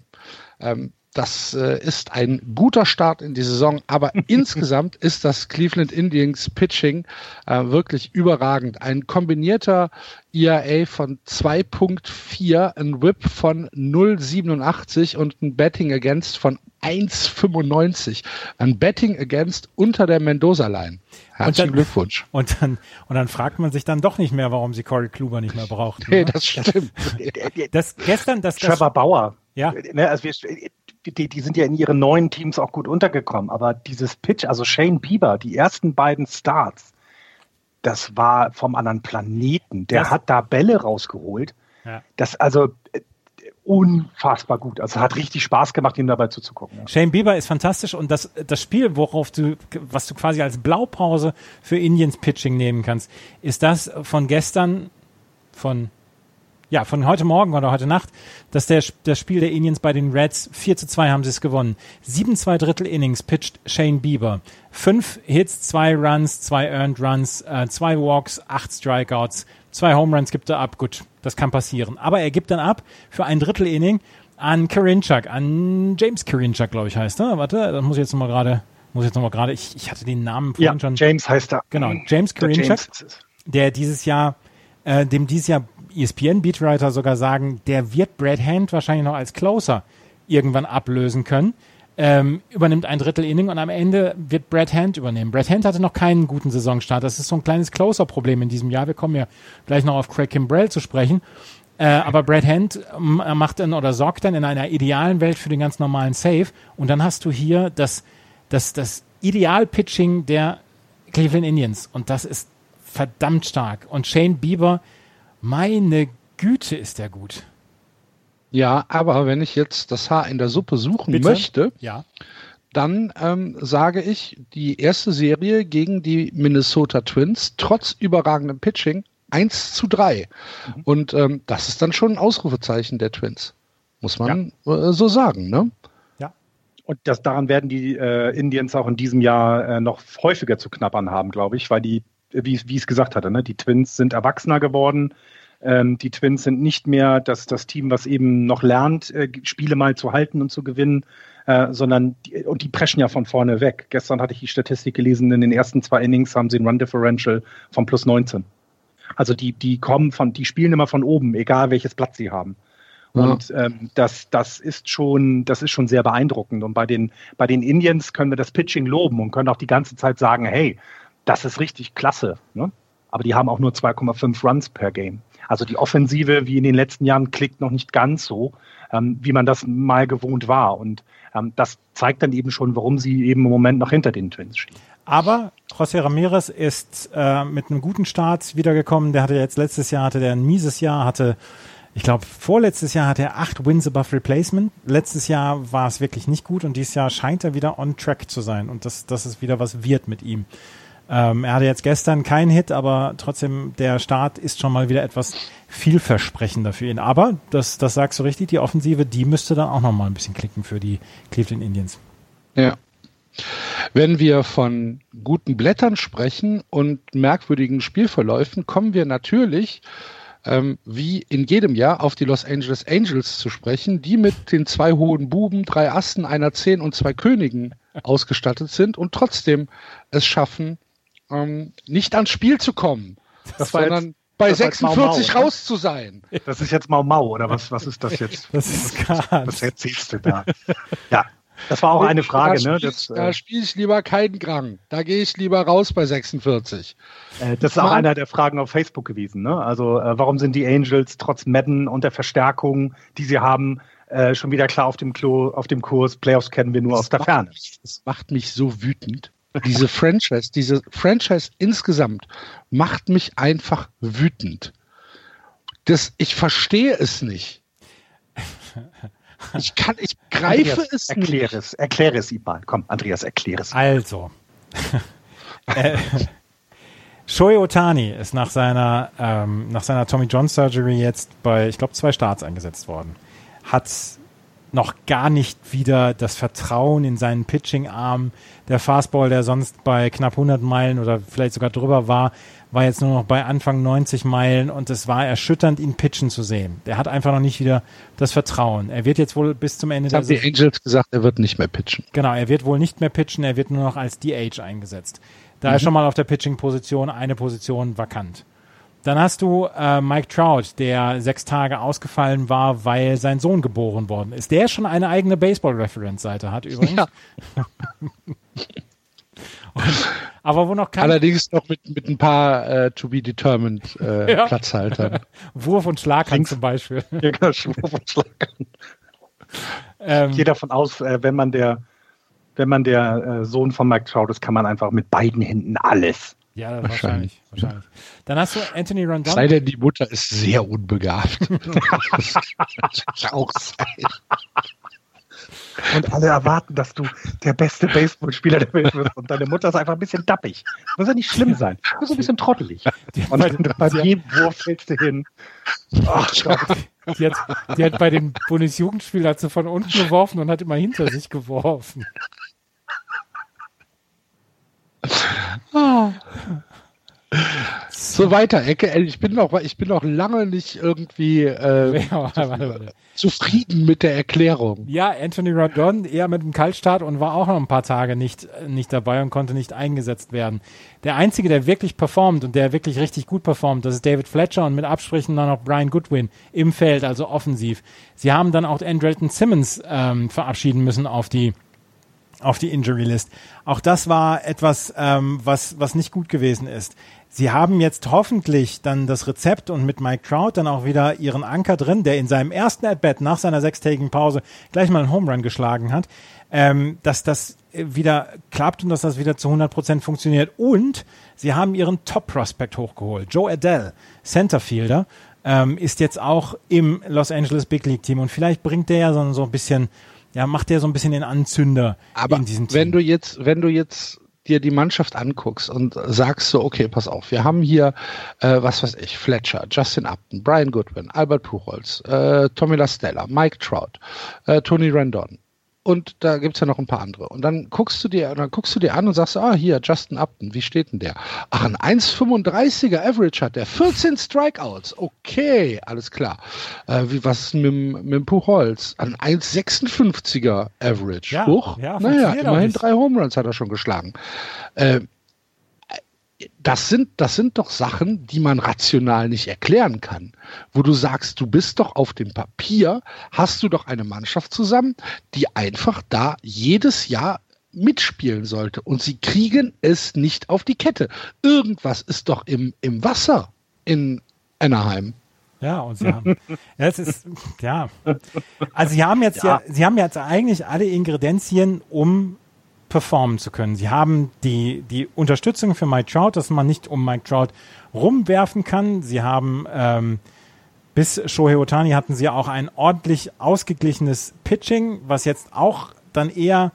Das ist ein guter Start in die Saison, aber insgesamt ist das Cleveland Indians Pitching wirklich überragend. Ein kombinierter ERA von 2,4, ein WHIP von 0,87 und ein Betting Against von 1,95. Ein Betting Against unter der Mendoza-Line. Herzlichen Glückwunsch. Und dann fragt man sich dann doch nicht mehr, warum sie Corey Kluber nicht mehr braucht. Nee, das stimmt. Trevor Bauer. Ja. Also die sind ja in ihren neuen Teams auch gut untergekommen, aber dieses Pitch, also Shane Bieber, die ersten beiden Starts, das war vom anderen Planeten. Der hat da Bälle rausgeholt. Ja. Das also unfassbar gut. Also hat richtig Spaß gemacht, ihm dabei zuzugucken. Ja. Shane Bieber ist fantastisch und das Spiel, was du quasi als Blaupause für Indians Pitching nehmen kannst, ist das von gestern, von heute Morgen oder heute Nacht, dass das Spiel der Indians bei den Reds 4:2 haben sie es gewonnen. 7 2/3 Innings pitcht Shane Bieber. 5 Hits, 2 Runs, 2 Earned Runs, 2 Walks, 8 Strikeouts, 2 Home Runs gibt er ab. Gut, das kann passieren. Aber er gibt dann ab für ein Drittel Inning an Karinchak, an James Karinchak, glaube ich, heißt er. Warte, das muss ich jetzt nochmal gerade, ich hatte den Namen vorhin schon. James heißt er. Genau, James Karinchak, der dieses Jahr ESPN-Beatwriter sogar sagen, der wird Brad Hand wahrscheinlich noch als Closer irgendwann ablösen können, übernimmt ein Drittel Inning und am Ende wird Brad Hand übernehmen. Brad Hand hatte noch keinen guten Saisonstart. Das ist so ein kleines Closer-Problem in diesem Jahr. Wir kommen ja gleich noch auf Craig Kimbrell zu sprechen. Aber Brad Hand sorgt dann in einer idealen Welt für den ganz normalen Save und dann hast du hier das Ideal-Pitching der Cleveland Indians und das ist verdammt stark. Und Shane Bieber, meine Güte, ist der gut. Ja, aber wenn ich jetzt das Haar in der Suppe suchen möchte, dann sage ich, die erste Serie gegen die Minnesota Twins, trotz überragendem Pitching, 1:3. Und das ist dann schon ein Ausrufezeichen der Twins. Muss man so sagen, ne? Ja. Und daran werden die Indians auch in diesem Jahr noch häufiger zu knabbern haben, glaube ich, weil die, wie ich es gesagt hatte, ne, die Twins sind erwachsener geworden. Die Twins sind nicht mehr das Team, was eben noch lernt, Spiele mal zu halten und zu gewinnen, sondern die preschen ja von vorne weg. Gestern hatte ich die Statistik gelesen, in den ersten 2 Innings haben sie ein Run-Differential von +19. Also die spielen immer von oben, egal welches Blatt sie haben. Und das ist schon sehr beeindruckend. Und bei den Indians können wir das Pitching loben und können auch die ganze Zeit sagen, hey, das ist richtig klasse, ne? Aber die haben auch nur 2,5 Runs per Game. Also die Offensive, wie in den letzten Jahren, klickt noch nicht ganz so, wie man das mal gewohnt war. Und das zeigt dann eben schon, warum sie eben im Moment noch hinter den Twins stehen. Aber José Ramirez ist mit einem guten Start wiedergekommen. Der hatte ein mieses Jahr, ich glaube, vorletztes Jahr hatte er 8 Wins above Replacement. Letztes Jahr war es wirklich nicht gut und dieses Jahr scheint er wieder on track zu sein. Und das ist wieder was wird mit ihm. Er hatte jetzt gestern keinen Hit, aber trotzdem, der Start ist schon mal wieder etwas vielversprechender für ihn. Aber, das sagst du richtig, die Offensive, die müsste dann auch noch mal ein bisschen klicken für die Cleveland Indians. Ja. Wenn wir von guten Blättern sprechen und merkwürdigen Spielverläufen, kommen wir natürlich wie in jedem Jahr auf die Los Angeles Angels zu sprechen, die mit den 2 hohen Buben, 3 Assen, einer 10 und 2 Königen ausgestattet sind und trotzdem es schaffen, nicht ans Spiel zu kommen, sondern bei 46 Mau, raus zu sein. Das ist jetzt Mau, oder was ist das jetzt? Das ist Skat. Was erzählst du da? Ja, das war auch eine Frage. Da spiele ich lieber keinen Grang. Da gehe ich lieber raus bei 46. Das ist auch einer der Fragen auf Facebook gewesen. Ne? Also warum sind die Angels trotz Madden und der Verstärkung, die sie haben, schon wieder klar auf dem Kurs? Playoffs kennen wir nur aus der Ferne. Das macht mich so wütend. Diese Franchise insgesamt macht mich einfach wütend. Ich verstehe es nicht. Ich greife Andreas, es nicht. Erkläre es ihm mal. Komm, Andreas, erkläre es. Also, Shohei Ohtani ist nach seiner Tommy John Surgery jetzt bei, ich glaube, 2 Starts eingesetzt worden. Hat noch gar nicht wieder das Vertrauen in seinen Pitching-Arm. Der Fastball, der sonst bei knapp 100 Meilen oder vielleicht sogar drüber war jetzt nur noch bei Anfang 90 Meilen und es war erschütternd, ihn pitchen zu sehen. Der hat einfach noch nicht wieder das Vertrauen. Er wird jetzt wohl bis zum Ende der Saison... Haben die Angels gesagt, er wird nicht mehr pitchen. Genau, er wird wohl nicht mehr pitchen, er wird nur noch als DH eingesetzt. Da ist schon mal auf der Pitching-Position eine Position vakant. Dann hast du Mike Trout, der 6 Tage ausgefallen war, weil sein Sohn geboren worden ist. Der schon eine eigene Baseball-Reference-Seite hat übrigens. Ja. Aber wo noch kein... Allerdings noch mit ein paar to-be-determined Platzhaltern. Wurf- und Schlaghand zum Beispiel. Ja, genau, Wurf- und Schlaghand. Ich gehe davon aus, wenn man der Sohn von Mike Trout ist, kann man einfach mit beiden Händen alles. Ja, wahrscheinlich. Dann hast du Anthony Rendon. Sei denn, die Mutter ist sehr unbegabt. Das kann auch sein. Und alle erwarten, dass du der beste Baseballspieler der Welt wirst und deine Mutter ist einfach ein bisschen dappig. Muss ja nicht schlimm sein. Muss ein bisschen trottelig. Und bei jedem Wurf fällst du hin. Ach Gott. Die hat bei den Bundesjugendspielen hat sie von unten geworfen und hat immer hinter sich geworfen. So weiter, Ecke. Ich bin noch lange nicht irgendwie zufrieden mit der Erklärung. Ja, Anthony Rendon eher mit einem Kaltstart und war auch noch ein paar Tage nicht dabei und konnte nicht eingesetzt werden. Der Einzige, der wirklich performt und der wirklich richtig gut performt, das ist David Fletcher und mit Absprüchen dann noch Brian Goodwin im Feld, also offensiv. Sie haben dann auch Andrelton Simmons verabschieden müssen auf die Injury List. Auch das war etwas, was nicht gut gewesen ist. Sie haben jetzt hoffentlich dann das Rezept und mit Mike Trout dann auch wieder ihren Anker drin, der in seinem ersten At-Bat nach seiner 6-tägigen Pause gleich mal einen Home Run geschlagen hat, dass das wieder klappt und dass das wieder zu 100% funktioniert. Und sie haben ihren Top-Prospect hochgeholt. Joe Adell, Centerfielder, ist jetzt auch im Los Angeles Big League Team und vielleicht bringt der ja so ein bisschen, ja, macht der so ein bisschen den Anzünder in diesem Team. Wenn du jetzt dir die Mannschaft anguckst und sagst so, okay, pass auf, wir haben hier, was weiß ich, Fletcher, Justin Upton, Brian Goodwin, Albert Pujols, Tommy La Stella, Mike Trout, Tony Rendon und da gibt's ja noch ein paar andere. Und dann guckst du dir an und sagst, hier, Justin Upton, wie steht denn der? Ach, ein 1,35er Average hat der, 14 Strikeouts, okay, alles klar. Was ist mit dem Pujols? Ein 1,56er Average. Ja, hoch? Ja, naja, immerhin 3 Home Runs hat er schon geschlagen. Das sind doch Sachen, die man rational nicht erklären kann. Wo du sagst, du bist doch auf dem Papier, hast du doch eine Mannschaft zusammen, die einfach da jedes Jahr mitspielen sollte. Und sie kriegen es nicht auf die Kette. Irgendwas ist doch im Wasser in Anaheim. Ja, und sie haben, also sie haben jetzt eigentlich alle Ingredienzien, um performen zu können. Sie haben die Unterstützung für Mike Trout, dass man nicht um Mike Trout rumwerfen kann. Sie haben bis Shohei Ohtani hatten sie auch ein ordentlich ausgeglichenes Pitching, was jetzt auch dann eher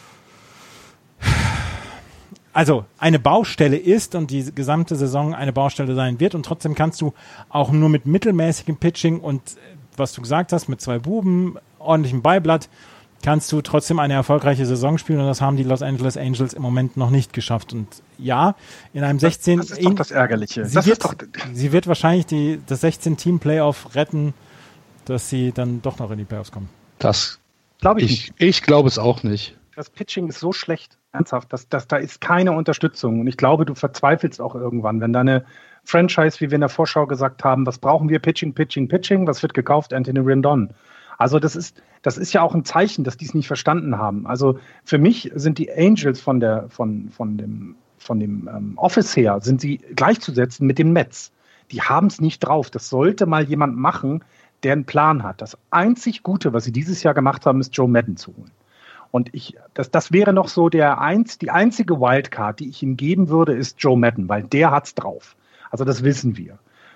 also eine Baustelle ist und die gesamte Saison eine Baustelle sein wird und trotzdem kannst du auch nur mit mittelmäßigem Pitching und was du gesagt hast, mit 2 Buben, ordentlichem Beiblatt, kannst du trotzdem eine erfolgreiche Saison spielen und das haben die Los Angeles Angels im Moment noch nicht geschafft. Und ja, in einem 16... Das ist doch das Ärgerliche. Sie wird wahrscheinlich das 16-Team-Playoff retten, dass sie dann doch noch in die Playoffs kommen. Das glaube ich. Ich glaube es auch nicht. Das Pitching ist so schlecht, ernsthaft, dass da ist keine Unterstützung. Und ich glaube, du verzweifelst auch irgendwann, wenn deine Franchise, wie wir in der Vorschau gesagt haben, was brauchen wir? Pitching, was wird gekauft? Anthony Rendon. Also das ist ja auch ein Zeichen, dass die es nicht verstanden haben. Also für mich sind die Angels von dem Office her, sind sie gleichzusetzen mit den Mets. Die haben es nicht drauf. Das sollte mal jemand machen, der einen Plan hat. Das einzig Gute, was sie dieses Jahr gemacht haben, ist Joe Maddon zu holen. Und das wäre noch so die einzige Wildcard, die ich ihm geben würde, ist Joe Maddon, weil der hat's drauf. Also das wissen wir.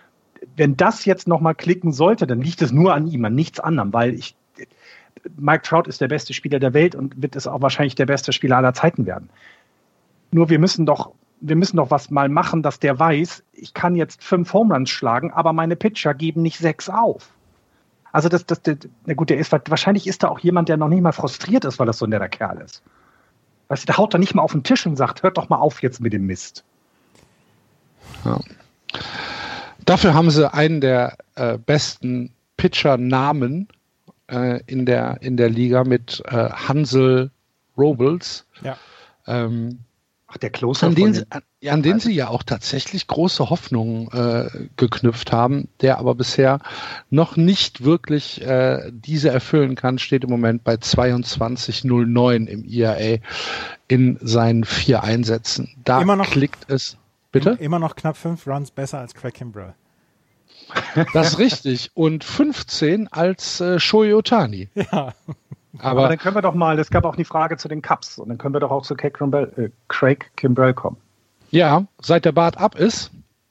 wenn das jetzt nochmal klicken sollte, dann liegt es nur an ihm, an nichts anderem, weil Mike Trout ist der beste Spieler der Welt und wird es auch wahrscheinlich der beste Spieler aller Zeiten werden. Nur wir müssen doch was mal machen, dass der weiß, ich kann jetzt 5 Home Runs schlagen, aber meine Pitcher geben nicht 6 auf. Also wahrscheinlich ist da auch jemand, der noch nicht mal frustriert ist, weil das so ein netter Kerl ist. Weißt du, der haut da nicht mal auf den Tisch und sagt, hört doch mal auf jetzt mit dem Mist. Ja. Dafür haben sie einen der besten Pitcher-Namen in der Liga mit Hansel Robles. Ja. Der Closer. An den sie ja auch tatsächlich große Hoffnungen geknüpft haben, der aber bisher noch nicht wirklich diese erfüllen kann, steht im Moment bei 22,09 im ERA in seinen 4 Einsätzen. Da immer noch, klickt es. Bitte? Immer noch knapp 5 Runs besser als Craig Kimbrell. Das ist richtig. Und 15 als Shohei Ohtani. Ja. Aber dann können wir doch mal, es gab auch die Frage zu den Cubs, und dann können wir doch auch zu Craig Kimbrell kommen. Ja, seit der Bart ab ist.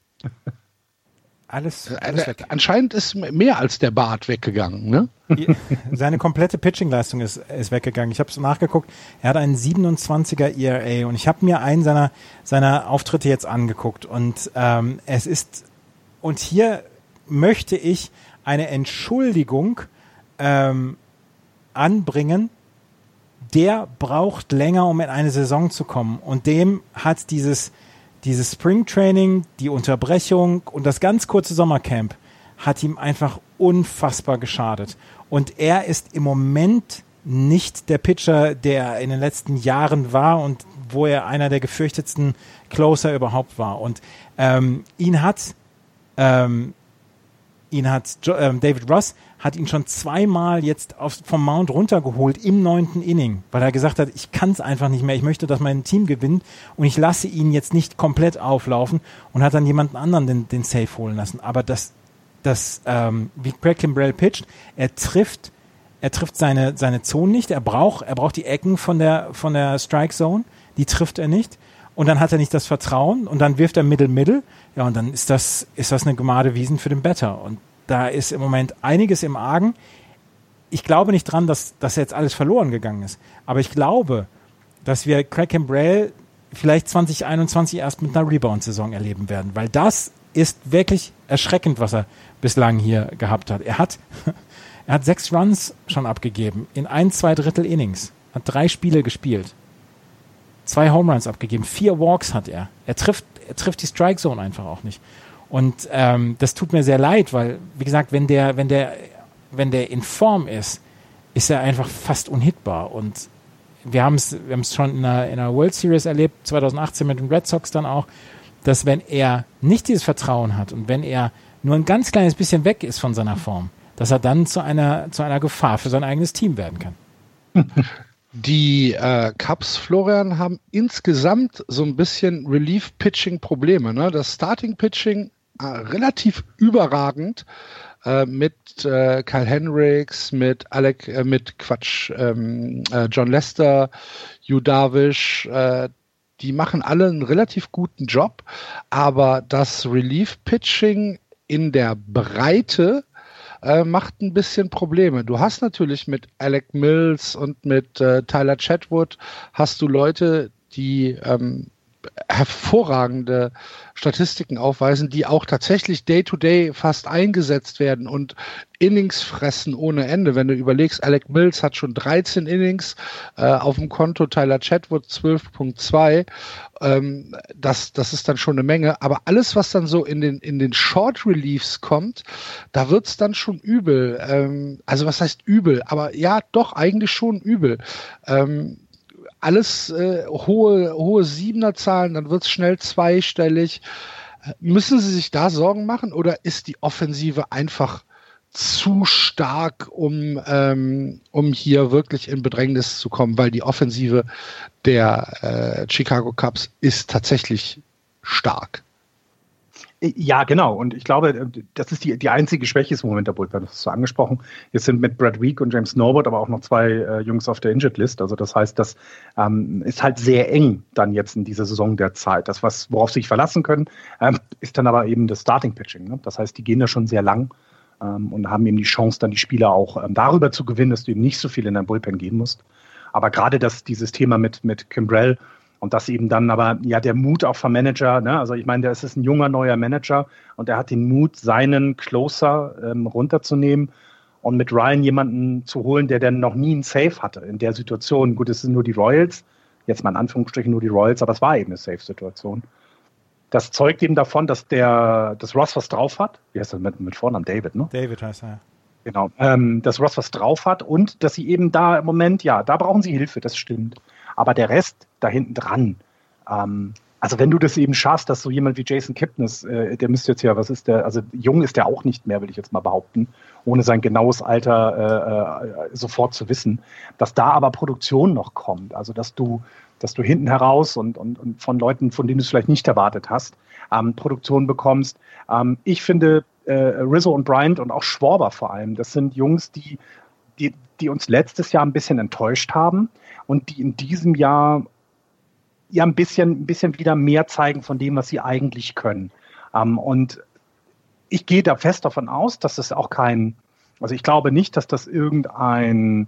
Alles weg. Anscheinend ist mehr als der Bart weggegangen, ne? Seine komplette Pitching-Leistung ist weggegangen. Ich habe es nachgeguckt. Er hat einen 27er ERA und ich habe mir einen seiner Auftritte jetzt angeguckt und und hier möchte ich eine Entschuldigung anbringen. Der braucht länger, um in eine Saison zu kommen, und dem hat dieses Springtraining, die Unterbrechung und das ganz kurze Sommercamp hat ihm einfach unfassbar geschadet. Und er ist im Moment nicht der Pitcher, der in den letzten Jahren war und wo er einer der gefürchtetsten Closer überhaupt war. Und ihn hat David Ross hat ihn schon 2-mal jetzt vom Mount runtergeholt im 9. Inning, weil er gesagt hat, ich kann es einfach nicht mehr, ich möchte, dass mein Team gewinnt und ich lasse ihn jetzt nicht komplett auflaufen, und hat dann jemanden anderen den Save holen lassen. Aber wie Craig Kimbrell pitcht, er trifft seine Zone nicht, er braucht die Ecken von der Strike Zone, die trifft er nicht, und dann hat er nicht das Vertrauen und dann wirft er Middle, ja, und dann ist das eine gemade Wiesen für den Batter, und da ist im Moment einiges im Argen. Ich glaube nicht dran, dass jetzt alles verloren gegangen ist. Aber ich glaube, dass wir Craig Kimbrell vielleicht 2021 erst mit einer Rebound-Saison erleben werden. Weil das ist wirklich erschreckend, was er bislang hier gehabt hat. Er hat 6 Runs schon abgegeben in 1/2 Innings. Hat 3 Spiele gespielt. 2 Home Runs abgegeben. 4 Walks hat er. Er trifft die Strike Zone einfach auch nicht. Und das tut mir sehr leid, weil, wie gesagt, wenn der in Form ist er einfach fast unhittbar. Und wir haben es schon in einer World Series erlebt, 2018 mit den Red Sox dann auch, dass wenn er nicht dieses Vertrauen hat und wenn er nur ein ganz kleines bisschen weg ist von seiner Form, dass er dann zu einer Gefahr für sein eigenes Team werden kann. Die Cubs, Florian, haben insgesamt so ein bisschen Relief-Pitching-Probleme. Ne? Das Starting-Pitching relativ überragend mit Kyle Hendricks, mit John Lester, Yu Darvish, die machen alle einen relativ guten Job, aber das Relief-Pitching in der Breite macht ein bisschen Probleme. Du hast natürlich mit Alec Mills und mit Tyler Chatwood hast du Leute, die hervorragende Statistiken aufweisen, die auch tatsächlich Day-to-Day fast eingesetzt werden und Innings fressen ohne Ende. Wenn du überlegst, Alec Mills hat schon 13 Innings auf dem Konto, Tyler Chatwood 12,2. Das ist dann schon eine Menge. Aber alles, was dann so in den Short Reliefs kommt, da wird's dann schon übel. Also was heißt übel? Aber ja, doch, eigentlich schon übel. Alles hohe Siebenerzahlen, dann wird's schnell zweistellig. Müssen Sie sich da Sorgen machen, oder ist die Offensive einfach zu stark, um hier wirklich in Bedrängnis zu kommen? Weil die Offensive der Chicago Cubs ist tatsächlich stark. Ja, genau. Und ich glaube, das ist die einzige Schwäche im Moment der Bullpen. Das hast du angesprochen. Jetzt sind mit Brad Week und James Norbert aber auch noch 2 Jungs auf der Injured List. Also das heißt, das ist halt sehr eng dann jetzt in dieser Saison der Zeit. Das, worauf sie sich verlassen können, ist dann aber eben das Starting Pitching. Ne? Das heißt, die gehen da schon sehr lang und haben eben die Chance, dann die Spieler auch darüber zu gewinnen, dass du eben nicht so viel in dein Bullpen gehen musst. Aber gerade dieses Thema mit Kimbrel, und das eben dann aber, ja, der Mut auch vom Manager, ne? Also ich meine, es ist ein junger, neuer Manager und der hat den Mut, seinen Closer runterzunehmen und mit Ryan jemanden zu holen, der dann noch nie einen Save hatte in der Situation. Gut, es sind nur die Royals, jetzt mal in Anführungsstrichen nur die Royals, aber es war eben eine Safe-Situation. Das zeugt eben davon, dass Ross was drauf hat. Wie heißt das mit Vornamen? David, ne? David heißt er. Genau. Dass Ross was drauf hat und dass sie eben da im Moment, ja, da brauchen sie Hilfe, das stimmt. Aber der Rest da hinten dran, also wenn du das eben schaffst, dass so jemand wie Jason Kipnis, der müsste jetzt ja, was ist der, also jung ist der auch nicht mehr, will ich jetzt mal behaupten, ohne sein genaues Alter sofort zu wissen, dass da aber Produktion noch kommt, also dass du hinten heraus und von Leuten, von denen du es vielleicht nicht erwartet hast, Produktion bekommst. Ich finde, Rizzo und Bryant und auch Schwarber vor allem, das sind Jungs, die uns letztes Jahr ein bisschen enttäuscht haben und die in diesem Jahr ja ein bisschen wieder mehr zeigen von dem, was sie eigentlich können. Und ich gehe da fest davon aus, dass es auch also ich glaube nicht, dass das irgendein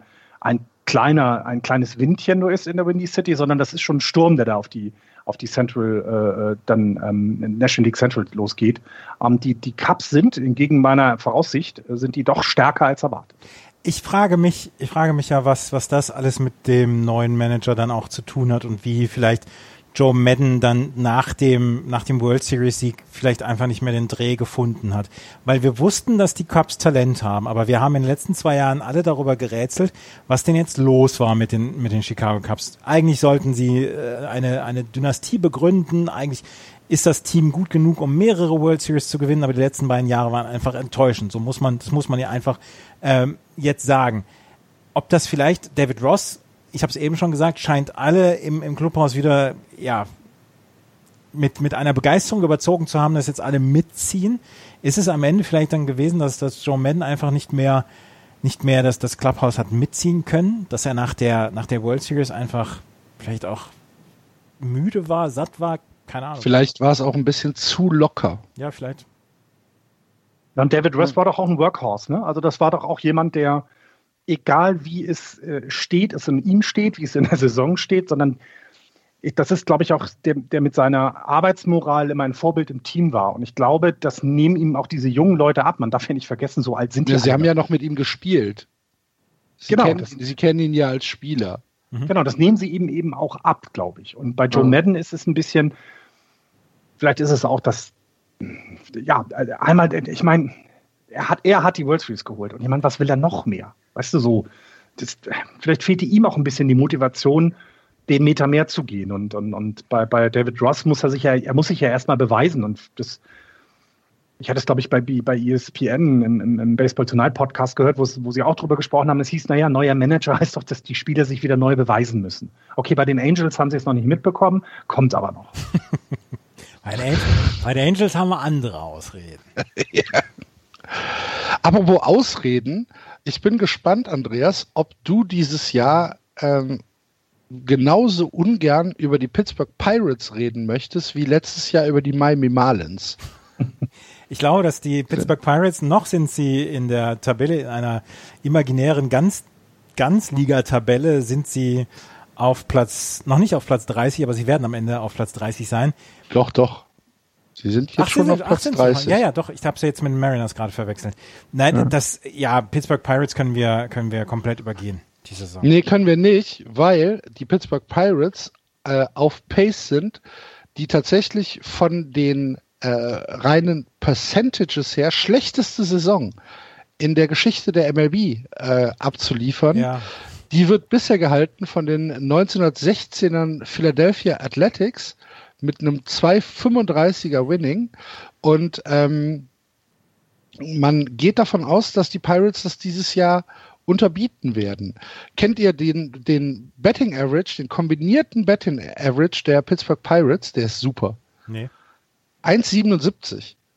kleines Windchen nur ist in der Windy City, sondern das ist schon ein Sturm, der da auf die Central, National League Central losgeht. Die Cubs sind, entgegen meiner Voraussicht, sind die doch stärker als erwartet. Ich frage mich ja, was das alles mit dem neuen Manager dann auch zu tun hat und wie vielleicht Joe Maddon dann nach dem World Series Sieg vielleicht einfach nicht mehr den Dreh gefunden hat. Weil wir wussten, dass die Cubs Talent haben, aber wir haben in den letzten 2 Jahren alle darüber gerätselt, was denn jetzt los war mit den Chicago Cubs. Eigentlich sollten sie eine Dynastie begründen, eigentlich ist das Team gut genug, um mehrere World Series zu gewinnen, aber die letzten beiden Jahre waren einfach enttäuschend. Das muss man ja einfach jetzt sagen. Ob das vielleicht David Ross, ich habe es eben schon gesagt, scheint alle im Clubhaus wieder mit einer Begeisterung überzogen zu haben, dass jetzt alle mitziehen. Ist es am Ende vielleicht dann gewesen, dass Joe Maddon einfach nicht mehr das Clubhaus hat mitziehen können, dass er nach der World Series einfach vielleicht auch müde war, satt war, keine Ahnung. Vielleicht war es auch ein bisschen zu locker. Ja, vielleicht. Und David Ross war doch auch ein Workhorse, ne? Also das war doch auch jemand, der, egal wie es es in ihm steht, wie es in der Saison steht, sondern das ist, glaube ich, auch der mit seiner Arbeitsmoral immer ein Vorbild im Team war. Und ich glaube, das nehmen ihm auch diese jungen Leute ab. Man darf ja nicht vergessen, so alt sind die. Ja, sie haben ja noch mit ihm gespielt. Sie kennen ihn ja als Spieler. Genau, das nehmen sie ihm eben auch ab, glaube ich. Und bei Joe Maddon ist es ein bisschen, vielleicht ist es auch das, ja, einmal, ich meine, er hat die World Series geholt und jemand, was will er noch mehr? Weißt du, so, vielleicht fehlte ihm auch ein bisschen die Motivation, den Meter mehr zu gehen. Und bei David Ross muss er sich ja erstmal beweisen. Und ich hatte es, glaube ich, bei ESPN im Baseball Tonight Podcast gehört, wo sie auch drüber gesprochen haben. Es hieß, naja, neuer Manager heißt doch, dass die Spieler sich wieder neu beweisen müssen. Okay, bei den Angels haben sie es noch nicht mitbekommen, kommt aber noch. Bei den Angels haben wir andere Ausreden. Ja. Aber wo Ausreden? Ich bin gespannt, Andreas, ob du dieses Jahr genauso ungern über die Pittsburgh Pirates reden möchtest, wie letztes Jahr über die Miami Marlins. Ich glaube, dass die Pittsburgh Pirates, noch sind sie in der Tabelle, in einer imaginären Ganzliga-Tabelle, sind sie noch nicht auf Platz 30, aber sie werden am Ende auf Platz 30 sein. Doch. Sie sind jetzt schon auf Platz 30. Ja, doch. Ich habe sie jetzt mit den Mariners gerade verwechselt. Nein, Pittsburgh Pirates können wir komplett übergehen, die Saison. Nee, können wir nicht, weil die Pittsburgh Pirates auf Pace sind, die tatsächlich von den reinen Percentages her schlechteste Saison in der Geschichte der MLB abzuliefern. Ja. Die wird bisher gehalten von den 1916ern Philadelphia Athletics mit einem 2,35er Winning und man geht davon aus, dass die Pirates das dieses Jahr unterbieten werden. Kennt ihr den Betting Average, den kombinierten Betting Average der Pittsburgh Pirates? Der ist super. Nee. 1,77.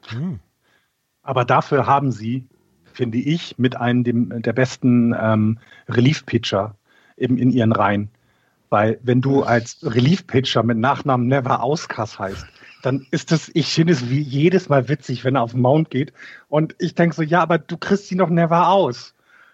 Aber dafür haben sie, finde ich, mit einem der besten Relief-Pitcher in ihren Reihen. Weil wenn du als Relief-Pitcher mit Nachnamen Never Auskas heißt, dann ist es, ich finde es wie jedes Mal witzig, wenn er auf den Mount geht. Und ich denke so, ja, aber du kriegst sie noch never aus.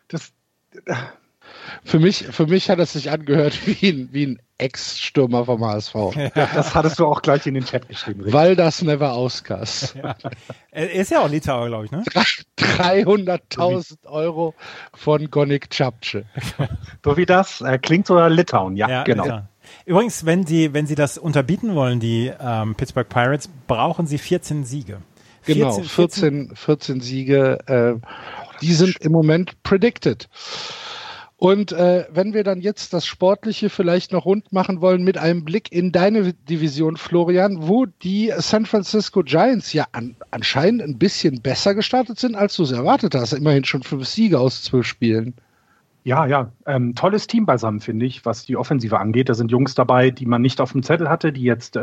Für mich hat es sich angehört wie ein Ex-Stürmer vom HSV. Ja, das hattest du auch gleich in den Chat geschrieben. Richtig? Weil das Never Auskas. Ja. Er ist ja auch Litauer, glaube ich, ne? 300.000 Euro von Gonik Čapče. So wie das klingt so Litauen, ja genau. Litauen. Übrigens, wenn Sie das unterbieten wollen, die Pittsburgh Pirates, brauchen Sie 14 Siege. Genau, 14 Siege. Die sind im Moment predicted. Und wenn wir dann jetzt das Sportliche vielleicht noch rund machen wollen mit einem Blick in deine Division, Florian, wo die San Francisco Giants ja anscheinend ein bisschen besser gestartet sind, als du es erwartet hast. Immerhin schon 5 Siege aus 12 Spielen. Ja, tolles Team beisammen, finde ich, was die Offensive angeht. Da sind Jungs dabei, die man nicht auf dem Zettel hatte, die jetzt die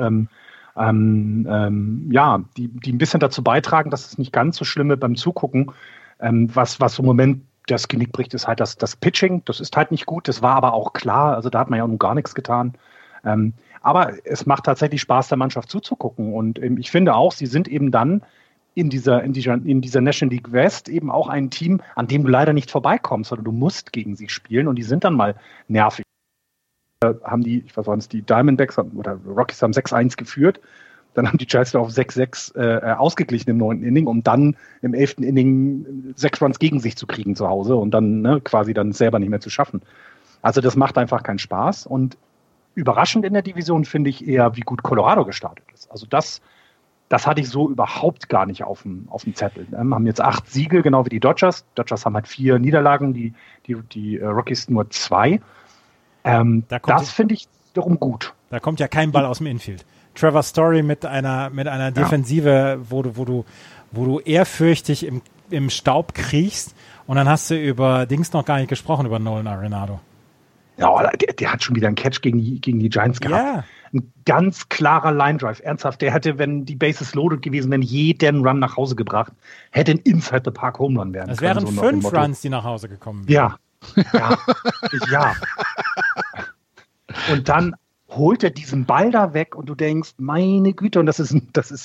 ein bisschen dazu beitragen, dass es nicht ganz so schlimm wird beim Zugucken. Was im Moment das Genick bricht, ist halt das Pitching. Das ist halt nicht gut. Das war aber auch klar. Also da hat man ja nun gar nichts getan. Aber es macht tatsächlich Spaß, der Mannschaft zuzugucken. Und ich finde auch, sie sind eben dann in dieser National League West eben auch ein Team, an dem du leider nicht vorbeikommst, sondern du musst gegen sie spielen und die sind dann mal nervig. Haben die Diamondbacks oder Rockies haben 6-1 geführt, dann haben die Giants auf 6-6 ausgeglichen im 9. Inning, um dann im 11. Inning 6 Runs gegen sich zu kriegen zu Hause und dann quasi dann selber nicht mehr zu schaffen. Also das macht einfach keinen Spaß und überraschend in der Division finde ich eher, wie gut Colorado gestartet ist. Also das hatte ich so überhaupt gar nicht auf dem Zettel. Haben jetzt 8 Siege, genau wie die Dodgers. Dodgers haben halt 4 Niederlagen, die Rockies nur 2. Das finde ich darum gut. Da kommt ja kein Ball aus dem Infield. Trevor Story mit einer Defensive, wo du ehrfürchtig im Staub kriechst und dann hast du über Dings noch gar nicht gesprochen, über Nolan Arenado. Ja, der hat schon wieder einen Catch gegen die Giants gehabt. Ja. Ein ganz klarer Line-Drive. Ernsthaft, der hätte, wenn die Bases loaded gewesen wären, jeden Run nach Hause gebracht, hätte ein Inside-the-Park-Home-Run werden können. Das wären 5 Runs, die nach Hause gekommen wären. Ja. Und dann holt er diesen Ball da weg und du denkst, meine Güte, und das ist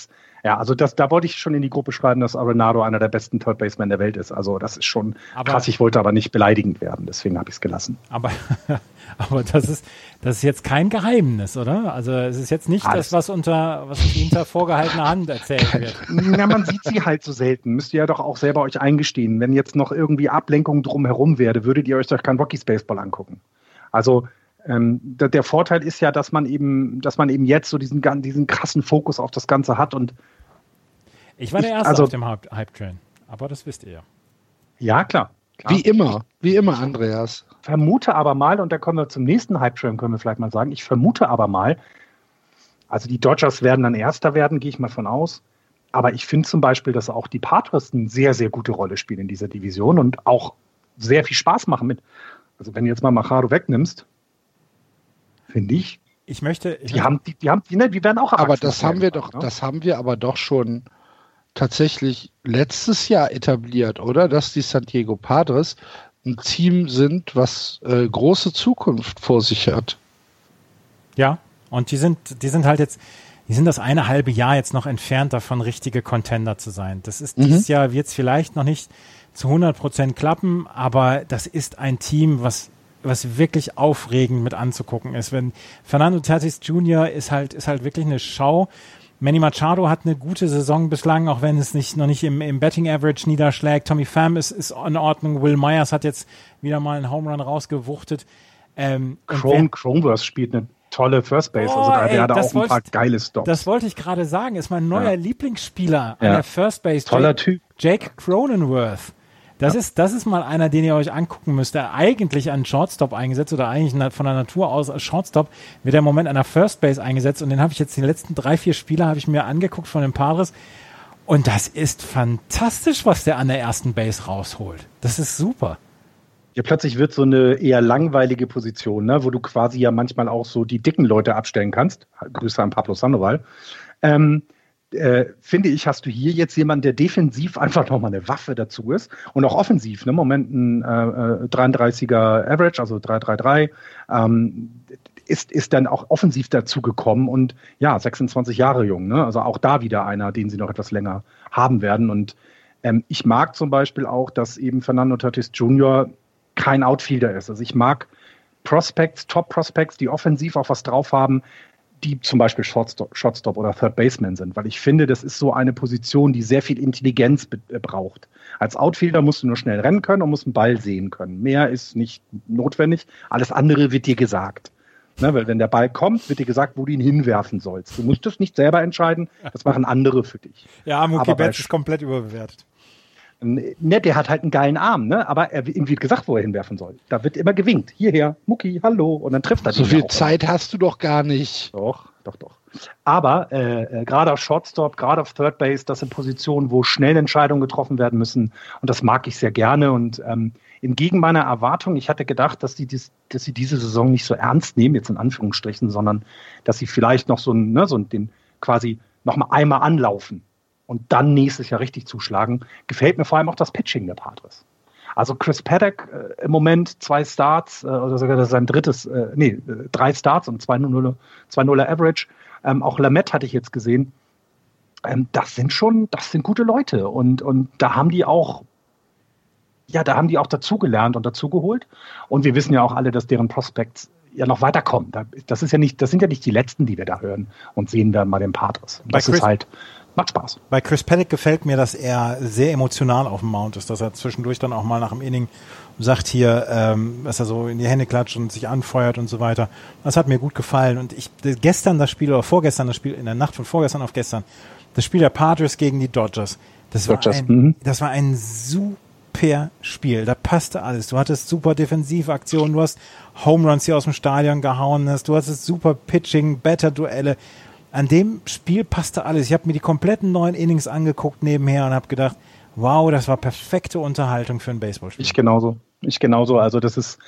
da wollte ich schon in die Gruppe schreiben, dass Arenado einer der besten Third Basemen der Welt ist. Also das ist schon krass. Ich wollte aber nicht beleidigend werden, deswegen habe ich es gelassen. Aber das ist jetzt kein Geheimnis, oder? Also es ist jetzt nicht das, was hinter vorgehaltener Hand erzählt wird. Na, man sieht sie halt so selten. Müsst ihr ja doch auch selber euch eingestehen. Wenn jetzt noch irgendwie Ablenkung drumherum wäre, würdet ihr euch doch kein Rockies Baseball angucken. Also der Vorteil ist ja, dass man eben jetzt so diesen krassen Fokus auf das Ganze hat. Und ich war der Erste auf dem Hype-Train, aber das wisst ihr ja. Ja, klar. Wie immer, Andreas. Vermute aber mal, und da kommen wir zum nächsten Hype-Train, können wir vielleicht mal sagen, ich vermute aber mal, also die Dodgers werden dann Erster werden, gehe ich mal von aus. Aber ich finde zum Beispiel, dass auch die Padres eine sehr, sehr gute Rolle spielen in dieser Division und auch sehr viel Spaß machen mit. Also wenn du jetzt mal Machado wegnimmst, finde ich. Die werden auch erwachsen. Aber das haben wir aber doch schon tatsächlich letztes Jahr etabliert, oder? Dass die San Diego Padres ein Team sind, was große Zukunft vor sich hat. Ja, und die sind halt jetzt, die sind das eine halbe Jahr jetzt noch entfernt davon, richtige Contender zu sein. Das ist dieses Jahr wird es vielleicht noch nicht zu 100% klappen, aber das ist ein Team, was wirklich aufregend mit anzugucken ist. Wenn Fernando Tatis Jr. ist halt wirklich eine Schau. Manny Machado hat eine gute Saison bislang, auch wenn es noch nicht im Betting Average niederschlägt. Tommy Pham ist in Ordnung. Will Myers hat jetzt wieder mal einen Home Run rausgewuchtet. Cronenworth spielt eine tolle First Base. Der hat auch ein paar geile Stops. Das wollte ich gerade sagen. Ist mein neuer Lieblingsspieler an der First Base. Toller Typ. Jake Cronenworth. Das ist mal einer, den ihr euch angucken müsst, der eigentlich an Shortstop eingesetzt oder eigentlich von der Natur aus als Shortstop wird er im Moment an der First Base eingesetzt und den habe ich jetzt die letzten 3-4 Spiele habe ich mir angeguckt von den Padres und das ist fantastisch, was der an der ersten Base rausholt. Das ist super. Ja, plötzlich wird so eine eher langweilige Position, ne, wo du quasi ja manchmal auch so die dicken Leute abstellen kannst. Grüße an Pablo Sandoval. finde ich, hast du hier jetzt jemanden, der defensiv einfach nochmal eine Waffe dazu ist und auch offensiv, ne? Im Moment ein 33er Average, also 3,33, ist dann auch offensiv dazu gekommen und ja, 26 Jahre jung, ne? Also auch da wieder einer, den sie noch etwas länger haben werden. Und ich mag zum Beispiel auch, dass eben Fernando Tatis Jr. kein Outfielder ist. Also ich mag Top-Prospects, die offensiv auch was drauf haben, die zum Beispiel Shortstop oder Third Baseman sind, weil ich finde, das ist so eine Position, die sehr viel Intelligenz braucht. Als Outfielder musst du nur schnell rennen können und musst einen Ball sehen können. Mehr ist nicht notwendig. Alles andere wird dir gesagt. Ne, weil wenn der Ball kommt, wird dir gesagt, wo du ihn hinwerfen sollst. Du musst das nicht selber entscheiden, das machen andere für dich. Ja, Mookie Betts ist komplett überbewertet. Ne, der hat halt einen geilen Arm, ne? Aber ihm wird gesagt, wo er hinwerfen soll. Da wird immer gewinkt. Hierher, Mookie, hallo. Und dann trifft er den. So viel Zeit hast du doch gar nicht. Doch. Aber gerade auf Shortstop, gerade auf Third Base, das sind Positionen, wo schnell Entscheidungen getroffen werden müssen. Und das mag ich sehr gerne. Und entgegen meiner Erwartung, ich hatte gedacht, dass sie diese Saison nicht so ernst nehmen, jetzt in Anführungsstrichen, sondern dass sie vielleicht noch den quasi nochmal einmal anlaufen und dann nächstes Jahr richtig zuschlagen. Gefällt mir vor allem auch das Pitching der Padres. Also Chris Paddock im Moment 2 Starts, oder sogar sein 3 Starts und 2,0er Average. Auch Lamet hatte ich jetzt gesehen. Das sind gute Leute. Und da haben die auch dazugelernt und dazugeholt. Und wir wissen ja auch alle, dass deren Prospects ja noch weiterkommen. Das sind ja nicht die letzten, die wir da hören und sehen werden bei den Padres. Macht Spaß. Bei Chris Paddock gefällt mir, dass er sehr emotional auf dem Mount ist, dass er zwischendurch dann auch mal nach dem Inning sagt hier, dass er so in die Hände klatscht und sich anfeuert und so weiter. Das hat mir gut gefallen. Und vorgestern das Spiel, in der Nacht von vorgestern auf gestern, das Spiel der Padres gegen die Dodgers, das war ein super Spiel. Da passte alles. Du hattest super Defensivaktionen, du hast Home Runs hier aus dem Stadion gehauen, du hattest super Pitching, Batter-Duelle. An dem Spiel passte alles. Ich habe mir die kompletten 9 Innings angeguckt nebenher und habe gedacht, wow, das war perfekte Unterhaltung für ein Baseballspiel. Ich genauso. Also das ist,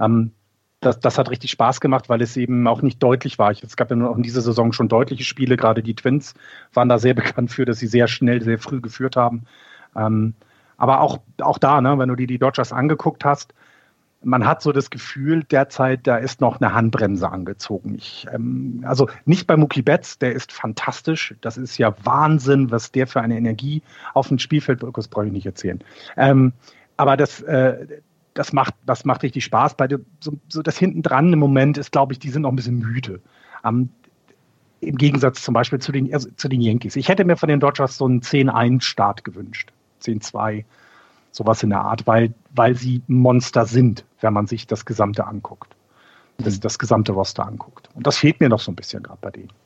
das hat richtig Spaß gemacht, weil es eben auch nicht deutlich war. Es gab ja nur auch in dieser Saison schon deutliche Spiele. Gerade die Twins waren da sehr bekannt für, dass sie sehr schnell, sehr früh geführt haben. Aber auch da, ne, wenn du dir die Dodgers angeguckt hast, man hat so das Gefühl derzeit, da ist noch eine Handbremse angezogen. Also nicht bei Mookie Betts, der ist fantastisch. Das ist ja Wahnsinn, was der für eine Energie auf dem Spielfeld, das brauche ich nicht erzählen. Aber das macht richtig Spaß. So das hinten dran im Moment ist, glaube ich, die sind noch ein bisschen müde. Im Gegensatz zum Beispiel zu den Yankees. Ich hätte mir von den Dodgers so einen 10-1-Start gewünscht. 10-2. Sowas in der Art, weil sie Monster sind, wenn man sich das Gesamte anguckt. Das gesamte Roster anguckt. Und das fehlt mir noch so ein bisschen gerade bei denen.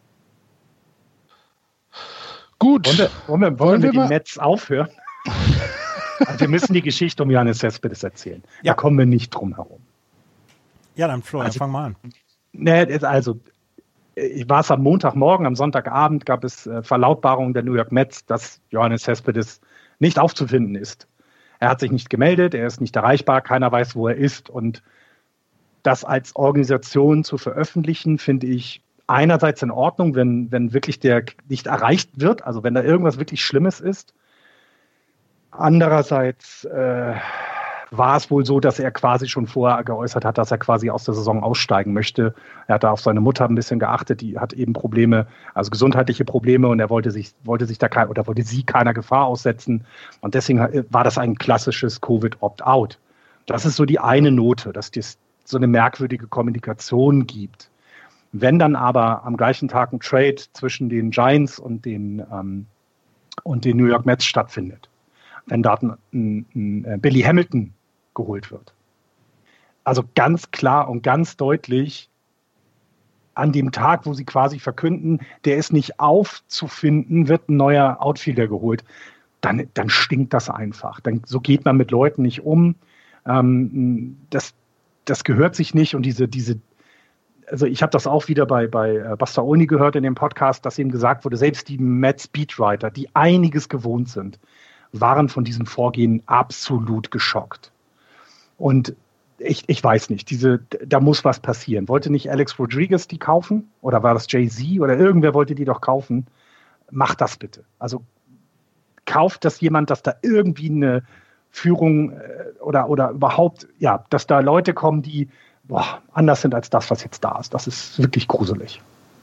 Gut. Wollen wir mit den Mets aufhören? Also wir müssen die Geschichte um Yoenis Cespedes erzählen. Ja. Da kommen wir nicht drum herum. Ja, dann Florian, fang mal an. Also, ich war es am Montagmorgen, am Sonntagabend gab es Verlautbarungen der New York Mets, dass Yoenis Cespedes nicht aufzufinden ist. Er hat sich nicht gemeldet, er ist nicht erreichbar, keiner weiß, wo er ist. Und das als Organisation zu veröffentlichen, finde ich einerseits in Ordnung, wenn wirklich der nicht erreicht wird, also wenn da irgendwas wirklich Schlimmes ist. Andererseits war es wohl so, dass er quasi schon vorher geäußert hat, dass er quasi aus der Saison aussteigen möchte. Er hat da auf seine Mutter ein bisschen geachtet, die hat eben Probleme, also gesundheitliche Probleme, und er wollte sie keiner Gefahr aussetzen. Und deswegen war das ein klassisches Covid-Opt-out. Das ist so die eine Note, dass es so eine merkwürdige Kommunikation gibt. Wenn dann aber am gleichen Tag ein Trade zwischen den Giants und den New York Mets stattfindet, wenn da ein Billy Hamilton geholt wird. Also ganz klar und ganz deutlich an dem Tag, wo sie quasi verkünden, der ist nicht aufzufinden, wird ein neuer Outfielder geholt, dann stinkt das einfach. So geht man mit Leuten nicht um. Das gehört sich nicht, und also ich habe das auch wieder bei Buster Olney gehört in dem Podcast, dass ihm gesagt wurde, selbst die Mets Beatwriter, die einiges gewohnt sind, waren von diesem Vorgehen absolut geschockt. Und ich weiß nicht, da muss was passieren. Wollte nicht Alex Rodriguez die kaufen? Oder war das Jay-Z? Oder irgendwer wollte die doch kaufen. macht das bitte. Also kauft das jemand, dass da irgendwie eine Führung oder überhaupt, ja, dass da Leute kommen, die anders sind als das, was jetzt da ist. Das ist wirklich gruselig.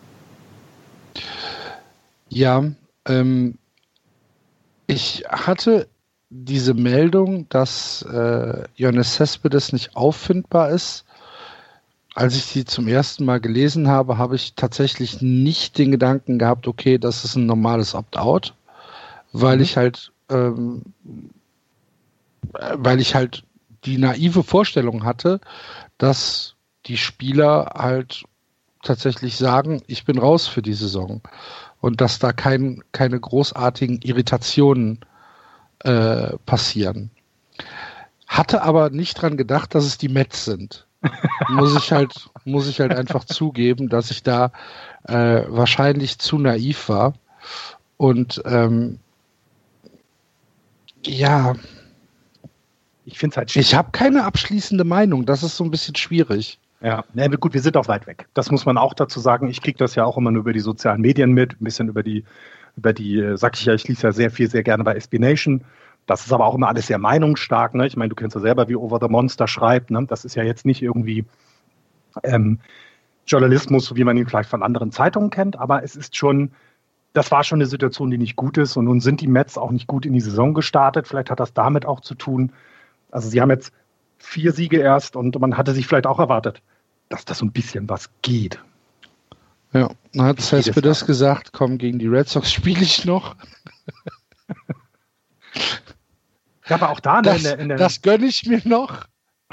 Ja, ich hatte diese Meldung, dass Yoenis Cespedes nicht auffindbar ist. Als ich sie zum ersten Mal gelesen habe, habe ich tatsächlich nicht den Gedanken gehabt, okay, das ist ein normales Opt-out, weil ich halt die naive Vorstellung hatte, dass die Spieler halt tatsächlich sagen, ich bin raus für die Saison und dass da keine großartigen Irritationen passieren. Hatte aber nicht dran gedacht, dass es die Mets sind. muss ich halt einfach zugeben, dass ich da wahrscheinlich zu naiv war. Und ja, ich finde es halt schwierig. Ich habe keine abschließende Meinung. Das ist so ein bisschen schwierig. Ja, gut, wir sind auch weit weg. Das muss man auch dazu sagen. Ich kriege das ja auch immer nur über die sozialen Medien mit, ein bisschen über die, sag ich ja, ich lese ja sehr gerne bei SB Nation. Das ist aber auch immer alles sehr meinungsstark. Ne? Ich meine, du kennst ja selber, wie Over the Monster schreibt. Ne? Das ist ja jetzt nicht irgendwie Journalismus, so wie man ihn vielleicht von anderen Zeitungen kennt, aber es ist schon, das war schon eine Situation, die nicht gut ist. Und nun sind die Mets auch nicht gut in die Saison gestartet. Vielleicht hat das damit auch zu tun. Also sie haben jetzt 4 Siege erst und man hatte sich vielleicht auch erwartet, dass das so ein bisschen was geht. Ja, dann hat Cespedes gesagt, komm, gegen die Red Sox spiele ich noch. Ja, aber auch da das gönne ich mir noch.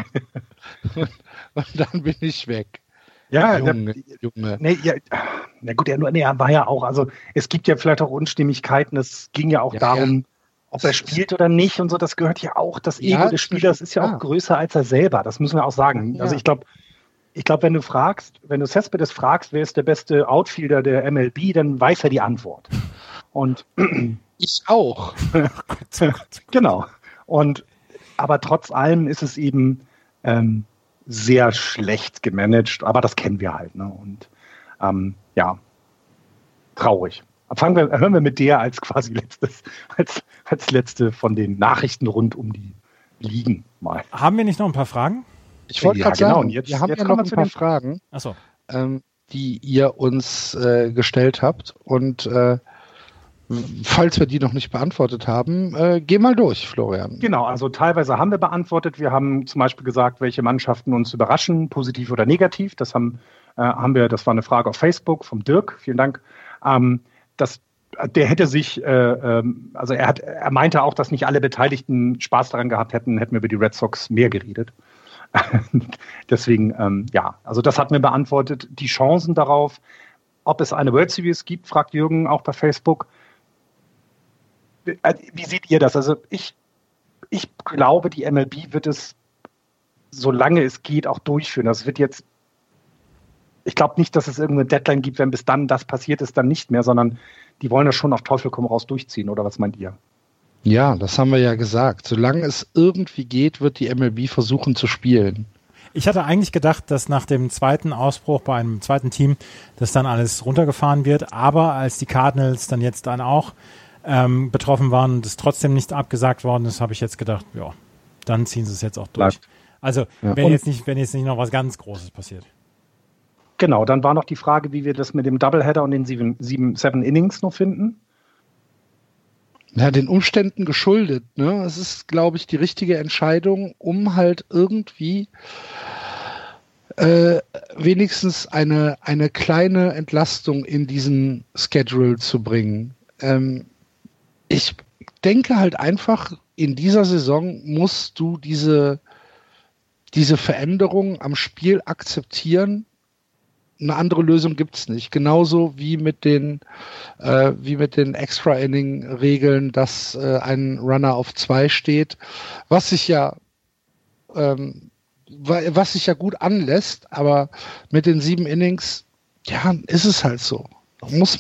und dann bin ich weg. Ja, Junge. Na gut, er war ja auch, also es gibt ja vielleicht auch Unstimmigkeiten, es ging ja auch darum, ob er spielt oder nicht und so, das gehört ja auch, das Ego des Spielers ist ja auch größer als er selber, das müssen wir auch sagen. Ja. Also ich glaube, wenn du Cespedes fragst, wer ist der beste Outfielder der MLB, dann weiß er die Antwort. Und ich auch. Genau. Aber trotz allem ist es eben sehr schlecht gemanagt, aber das kennen wir halt. Ne? Und traurig. Hören wir mit der als quasi als letzte von den Nachrichten rund um die Ligen mal. Haben wir nicht noch ein paar Fragen? Ich wollte gerade sagen, wir haben ja noch ein paar Fragen, die ihr uns gestellt habt. Und falls wir die noch nicht beantwortet haben, geh mal durch, Florian. Genau, also teilweise haben wir beantwortet. Wir haben zum Beispiel gesagt, welche Mannschaften uns überraschen, positiv oder negativ. Das haben wir, das war eine Frage auf Facebook vom Dirk. Vielen Dank. Der hätte sich, er meinte auch, dass nicht alle Beteiligten Spaß daran gehabt hätten wir über die Red Sox mehr geredet. Deswegen, also das hatten wir beantwortet. Die Chancen darauf, ob es eine World Series gibt, fragt Jürgen auch bei Facebook. Wie seht ihr das? Also ich glaube, die MLB wird es, solange es geht, auch durchführen. Das wird jetzt, ich glaube nicht, dass es irgendeine Deadline gibt, wenn bis dann das passiert ist, dann nicht mehr, sondern die wollen das schon auf Teufel komm raus durchziehen, oder was meint ihr? Ja, das haben wir ja gesagt. Solange es irgendwie geht, wird die MLB versuchen zu spielen. Ich hatte eigentlich gedacht, dass nach dem zweiten Ausbruch bei einem zweiten Team, dass dann alles runtergefahren wird, aber als die Cardinals dann jetzt auch betroffen waren und es trotzdem nicht abgesagt worden ist, habe ich jetzt gedacht, ja, dann ziehen sie es jetzt auch durch. Also wenn jetzt nicht noch was ganz Großes passiert. Genau, dann war noch die Frage, wie wir das mit dem Doubleheader und den 7 Innings noch finden. Ja, den Umständen geschuldet. Ne? Es ist, glaube ich, die richtige Entscheidung, um halt irgendwie wenigstens eine kleine Entlastung in diesen Schedule zu bringen. Ich denke halt einfach, in dieser Saison musst du diese Veränderung am Spiel akzeptieren. Eine andere Lösung gibt's nicht. Genauso wie mit den Extra-Inning-Regeln, dass ein Runner auf 2 steht, was sich ja gut anlässt, aber mit den 7 Innings, ja, ist es halt so.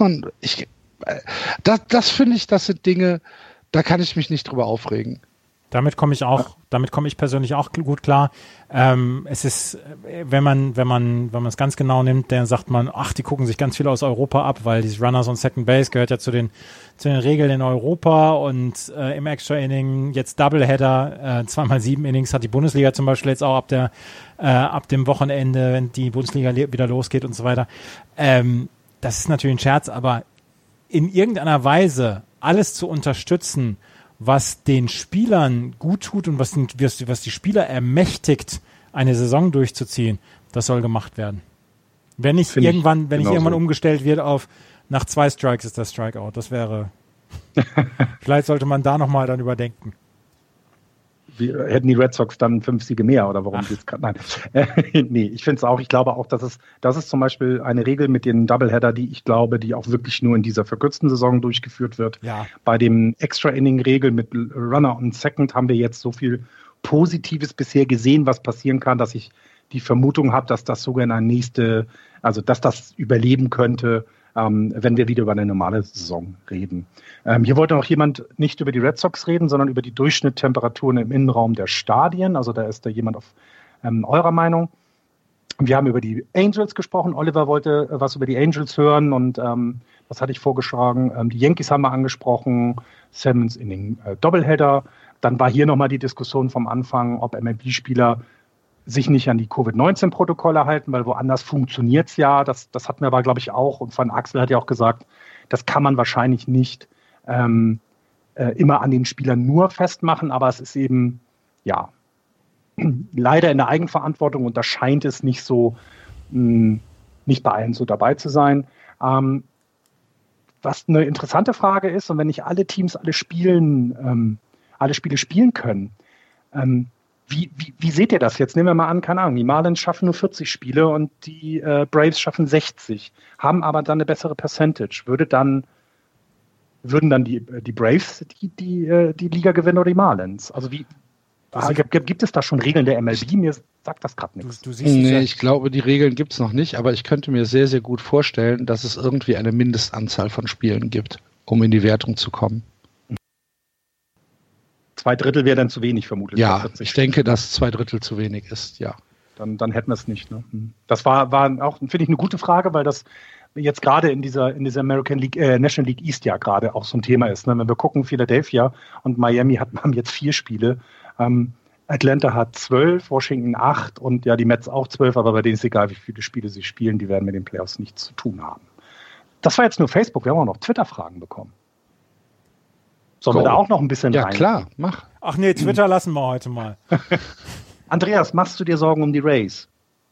Das finde ich, das sind Dinge, da kann ich mich nicht drüber aufregen. Damit komme ich persönlich auch gut klar. Es ist, wenn man es ganz genau nimmt, dann sagt man, ach, die gucken sich ganz viel aus Europa ab, weil dieses Runners on Second Base gehört ja zu den Regeln in Europa und im Extra Inning jetzt Doubleheader, 2x7 Innings hat die Bundesliga zum Beispiel jetzt auch ab dem Wochenende, wenn die Bundesliga wieder losgeht und so weiter. Das ist natürlich ein Scherz, aber in irgendeiner Weise alles zu unterstützen, was den Spielern gut tut und was die Spieler ermächtigt, eine Saison durchzuziehen, das soll gemacht werden. Wenn nicht irgendwann umgestellt wird auf nach 2 Strikes ist das Strikeout. Das wäre vielleicht sollte man da nochmal dann überdenken. Hätten die Red Sox dann 5 Siege mehr oder warum geht's gerade? Nein. Nee, ich finde es auch. Ich glaube auch, das ist zum Beispiel eine Regel mit den Doubleheader, die auch wirklich nur in dieser verkürzten Saison durchgeführt wird. Ja. Bei dem Extra-Inning-Regel mit Runner und Second haben wir jetzt so viel Positives bisher gesehen, was passieren kann, dass ich die Vermutung habe, dass das sogar dass das überleben könnte, wenn wir wieder über eine normale Saison reden. Hier wollte noch jemand nicht über die Red Sox reden, sondern über die Durchschnittstemperaturen im Innenraum der Stadien. Also da ist da jemand auf eurer Meinung. Wir haben über die Angels gesprochen. Oliver wollte was über die Angels hören und was hatte ich vorgeschlagen? Die Yankees haben wir angesprochen, Simmons in den Doubleheader. Dann war hier nochmal die Diskussion vom Anfang, ob MLB-Spieler sich nicht an die Covid-19-Protokolle halten, weil woanders funktioniert es ja. Das hatten wir aber, glaube ich, auch. Und Van Axel hat ja auch gesagt, das kann man wahrscheinlich nicht immer an den Spielern nur festmachen, aber es ist eben, ja, leider in der Eigenverantwortung und da scheint es nicht bei allen so dabei zu sein. Was eine interessante Frage ist, und wenn nicht alle Teams alle Spiele spielen können, wie seht ihr das? Jetzt nehmen wir mal an, keine Ahnung, die Marlins schaffen nur 40 Spiele und die Braves schaffen 60, haben aber dann eine bessere Percentage. Würden dann die Braves die Liga gewinnen oder die Marlins? Also gibt es da schon Regeln der MLB? Mir sagt das gerade nichts. Ich glaube, die Regeln gibt es noch nicht, aber ich könnte mir sehr, sehr gut vorstellen, dass es irgendwie eine Mindestanzahl von Spielen gibt, um in die Wertung zu kommen. 2/3 wäre dann zu wenig, vermutlich. Ja, ich denke, dass 2/3 zu wenig ist, ja. Dann hätten wir es nicht. Ne? Das war auch, finde ich, eine gute Frage, weil das jetzt gerade in dieser American League, National League East ja gerade auch so ein Thema ist. Ne? Wenn wir gucken, Philadelphia und Miami haben jetzt 4 Spiele. Atlanta hat 12, Washington 8 und ja, die Mets auch 12, aber bei denen ist egal, wie viele Spiele sie spielen, die werden mit den Playoffs nichts zu tun haben. Das war jetzt nur Facebook, wir haben auch noch Twitter-Fragen bekommen. Sollen wir da auch noch ein bisschen rein? Ja, klar, mach. Ach nee, Twitter lassen wir heute mal. Andreas, machst du dir Sorgen um die Rays?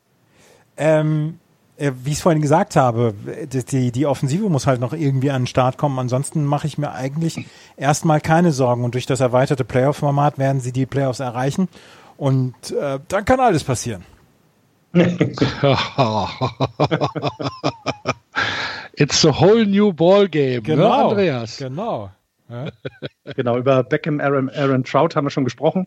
Wie ich es vorhin gesagt habe, die Offensive muss halt noch irgendwie an den Start kommen. Ansonsten mache ich mir eigentlich erstmal keine Sorgen. Und durch das erweiterte Playoff-Format werden sie die Playoffs erreichen. Und dann kann alles passieren. It's a whole new ball game, genau, ne, Andreas? Genau. Ja? Genau, über Beckham, Aaron Trout haben wir schon gesprochen.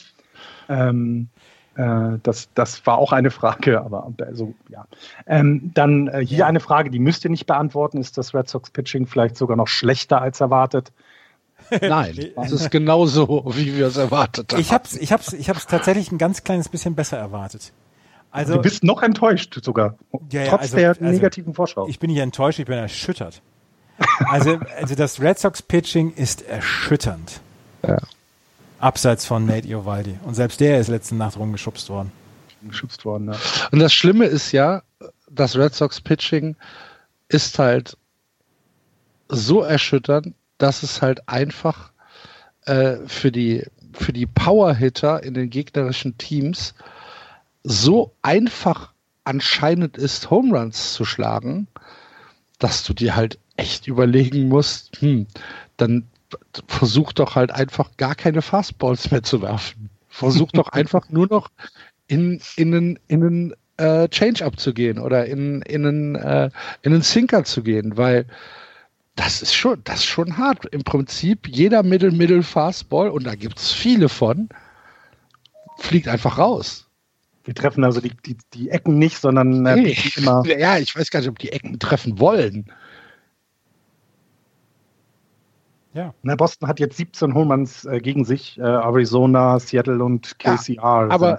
Das war auch eine Frage, aber also, ja. Dann hier eine Frage, die müsst ihr nicht beantworten. Ist das Red Sox Pitching vielleicht sogar noch schlechter als erwartet? Nein, es ist genauso, wie wir es erwartet haben. Ich hab's tatsächlich ein ganz kleines bisschen besser erwartet. Also, du bist noch enttäuscht sogar, trotz der negativen Vorschau. Ich bin nicht enttäuscht, ich bin erschüttert. Also das Red Sox Pitching ist erschütternd. Ja. Abseits von Nate Eovaldi. Und selbst der ist letzte Nacht rumgeschubst worden. Ja. Und das Schlimme ist ja, das Red Sox Pitching ist halt so erschütternd, dass es halt einfach für die Power-Hitter in den gegnerischen Teams so einfach anscheinend ist, Home Runs zu schlagen, dass du dir halt echt überlegen musst, dann versuch doch halt einfach gar keine Fastballs mehr zu werfen. Versuch doch einfach nur noch in einen Change-Up zu gehen oder in einen Sinker zu gehen, weil das ist schon hart. Im Prinzip jeder Middle-Fastball, und da gibt es viele von, fliegt einfach raus. Wir treffen also die Ecken nicht, sondern immer. Ja, ich weiß gar nicht, ob die Ecken treffen wollen. Ja. Na, Boston hat jetzt 17 Home Runs gegen sich. Arizona, Seattle und KCR. Ja, aber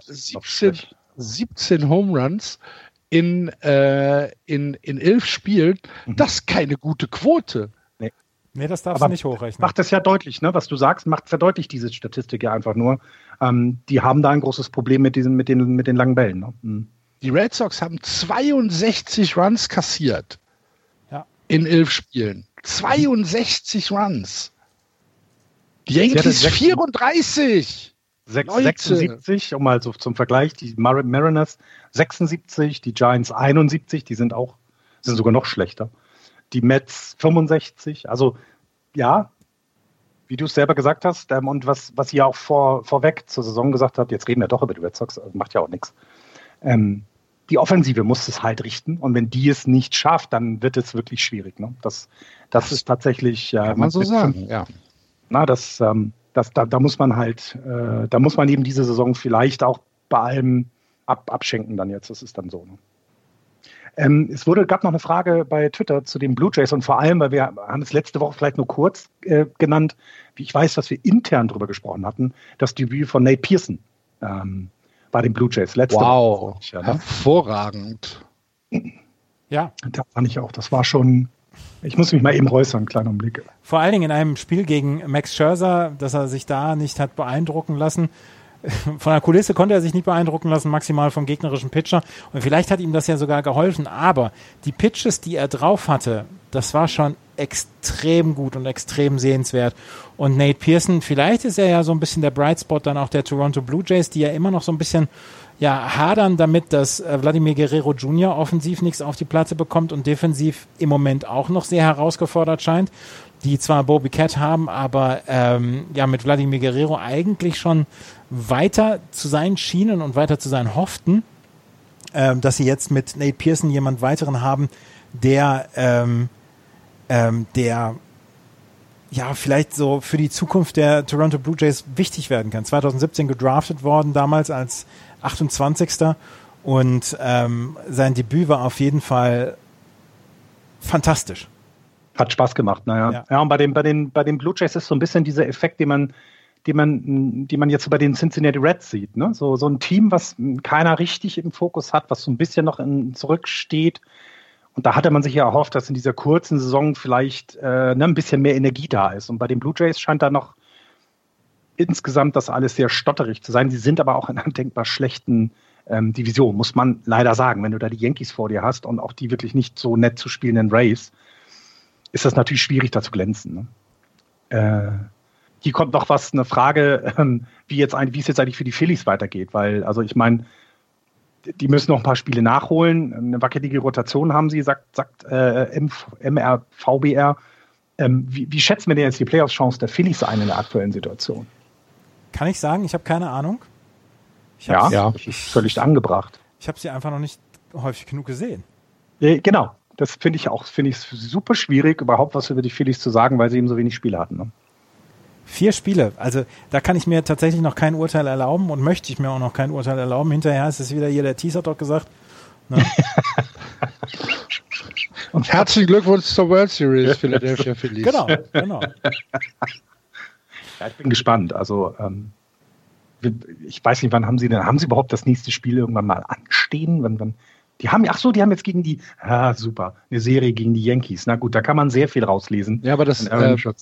17 Home Runs in 11 Spielen, das ist keine gute Quote. Nee, das darfst du nicht hochrechnen. Macht das ja deutlich, ne? Was du sagst, macht verdeutlicht diese Statistik ja einfach nur. Die haben da ein großes Problem mit den langen Bällen. Ne? Die Red Sox haben 62 Runs kassiert. Ja. In 11 Spielen. 62 Runs. Die Yankees 34. 76, um mal so zum Vergleich, die Mariners 76, die Giants 71, die sind sogar noch schlechter. Die Mets 65, also ja, wie du es selber gesagt hast, und was ihr auch vorweg zur Saison gesagt habt, jetzt reden wir doch über die Red Sox, also macht ja auch nichts. Die Offensive muss es halt richten, und wenn die es nicht schafft, dann wird es wirklich schwierig. Ne? Das ist tatsächlich... Kann man so sagen, ja. Na, da muss man halt, da muss man eben diese Saison vielleicht auch bei allem abschenken dann jetzt, das ist dann so. Ne? Gab noch eine Frage bei Twitter zu den Blue Jays, und vor allem, weil wir haben es letzte Woche vielleicht nur kurz genannt, wie ich weiß, dass wir intern drüber gesprochen hatten, das Debüt von Nate Pearson bei den Blue Jays letzte Woche. Wow, hervorragend. Ja. Da fand ich auch, das war schon, ich muss mich mal eben räuspern, einen kleinen Blick. Vor allen Dingen in einem Spiel gegen Max Scherzer, dass er sich da nicht hat beeindrucken lassen. Von der Kulisse konnte er sich nicht beeindrucken lassen, maximal vom gegnerischen Pitcher. Und vielleicht hat ihm das ja sogar geholfen. Aber die Pitches, die er drauf hatte, das war schon extrem gut und extrem sehenswert. Und Nate Pearson, vielleicht ist er ja so ein bisschen der Bright Spot dann auch der Toronto Blue Jays, die ja immer noch so ein bisschen hadern damit, dass Vladimir Guerrero Jr. offensiv nichts auf die Platte bekommt und defensiv im Moment auch noch sehr herausgefordert scheint. Die zwar Bobby Cat haben, aber mit Vladimir Guerrero eigentlich schon weiter zu sein schienen und weiter zu sein hofften, dass sie jetzt mit Nate Pearson jemand weiteren haben, der vielleicht so für die Zukunft der Toronto Blue Jays wichtig werden kann. 2017 gedraftet worden, damals als 28. Und sein Debüt war auf jeden Fall fantastisch. Hat Spaß gemacht, naja. Ja, und bei den Blue Jays ist so ein bisschen dieser Effekt, den man jetzt bei den Cincinnati Reds sieht. Ne? So ein Team, was keiner richtig im Fokus hat, was so ein bisschen noch zurücksteht. Und da hatte man sich ja erhofft, dass in dieser kurzen Saison vielleicht ein bisschen mehr Energie da ist. Und bei den Blue Jays scheint da noch insgesamt das alles sehr stotterig zu sein. Sie sind aber auch in einer denkbar schlechten Division, muss man leider sagen. Wenn du da die Yankees vor dir hast und auch die wirklich nicht so nett zu spielenden Rays, ist das natürlich schwierig, da zu glänzen. Ne? Hier kommt noch eine Frage, wie es jetzt eigentlich für die Phillies weitergeht, weil, also ich meine, die müssen noch ein paar Spiele nachholen, eine wackelige Rotation haben sie, sagt VBR. Wie schätzen wir denn jetzt die Playoffs-Chance der Phillies ein in der aktuellen Situation? Kann ich sagen, ich habe keine Ahnung. Das ist völlig angebracht. Ich habe sie einfach noch nicht häufig genug gesehen. Genau. Das finde ich super schwierig, überhaupt was über die Phillies zu sagen, weil sie eben so wenig Spiele hatten. Ne? 4 Spiele, also da kann ich mir tatsächlich noch kein Urteil erlauben und möchte ich mir auch noch kein Urteil erlauben. Hinterher ist es wieder hier, der Teaser hat doch gesagt. Ne? Und herzlichen Glückwunsch zur World Series, Philadelphia Phillies. Genau. Ja, ich bin gespannt. Also ich weiß nicht, wann haben sie überhaupt das nächste Spiel irgendwann mal anstehen? Die haben jetzt gegen super, eine Serie gegen die Yankees. Na gut, da kann man sehr viel rauslesen. Ja, aber das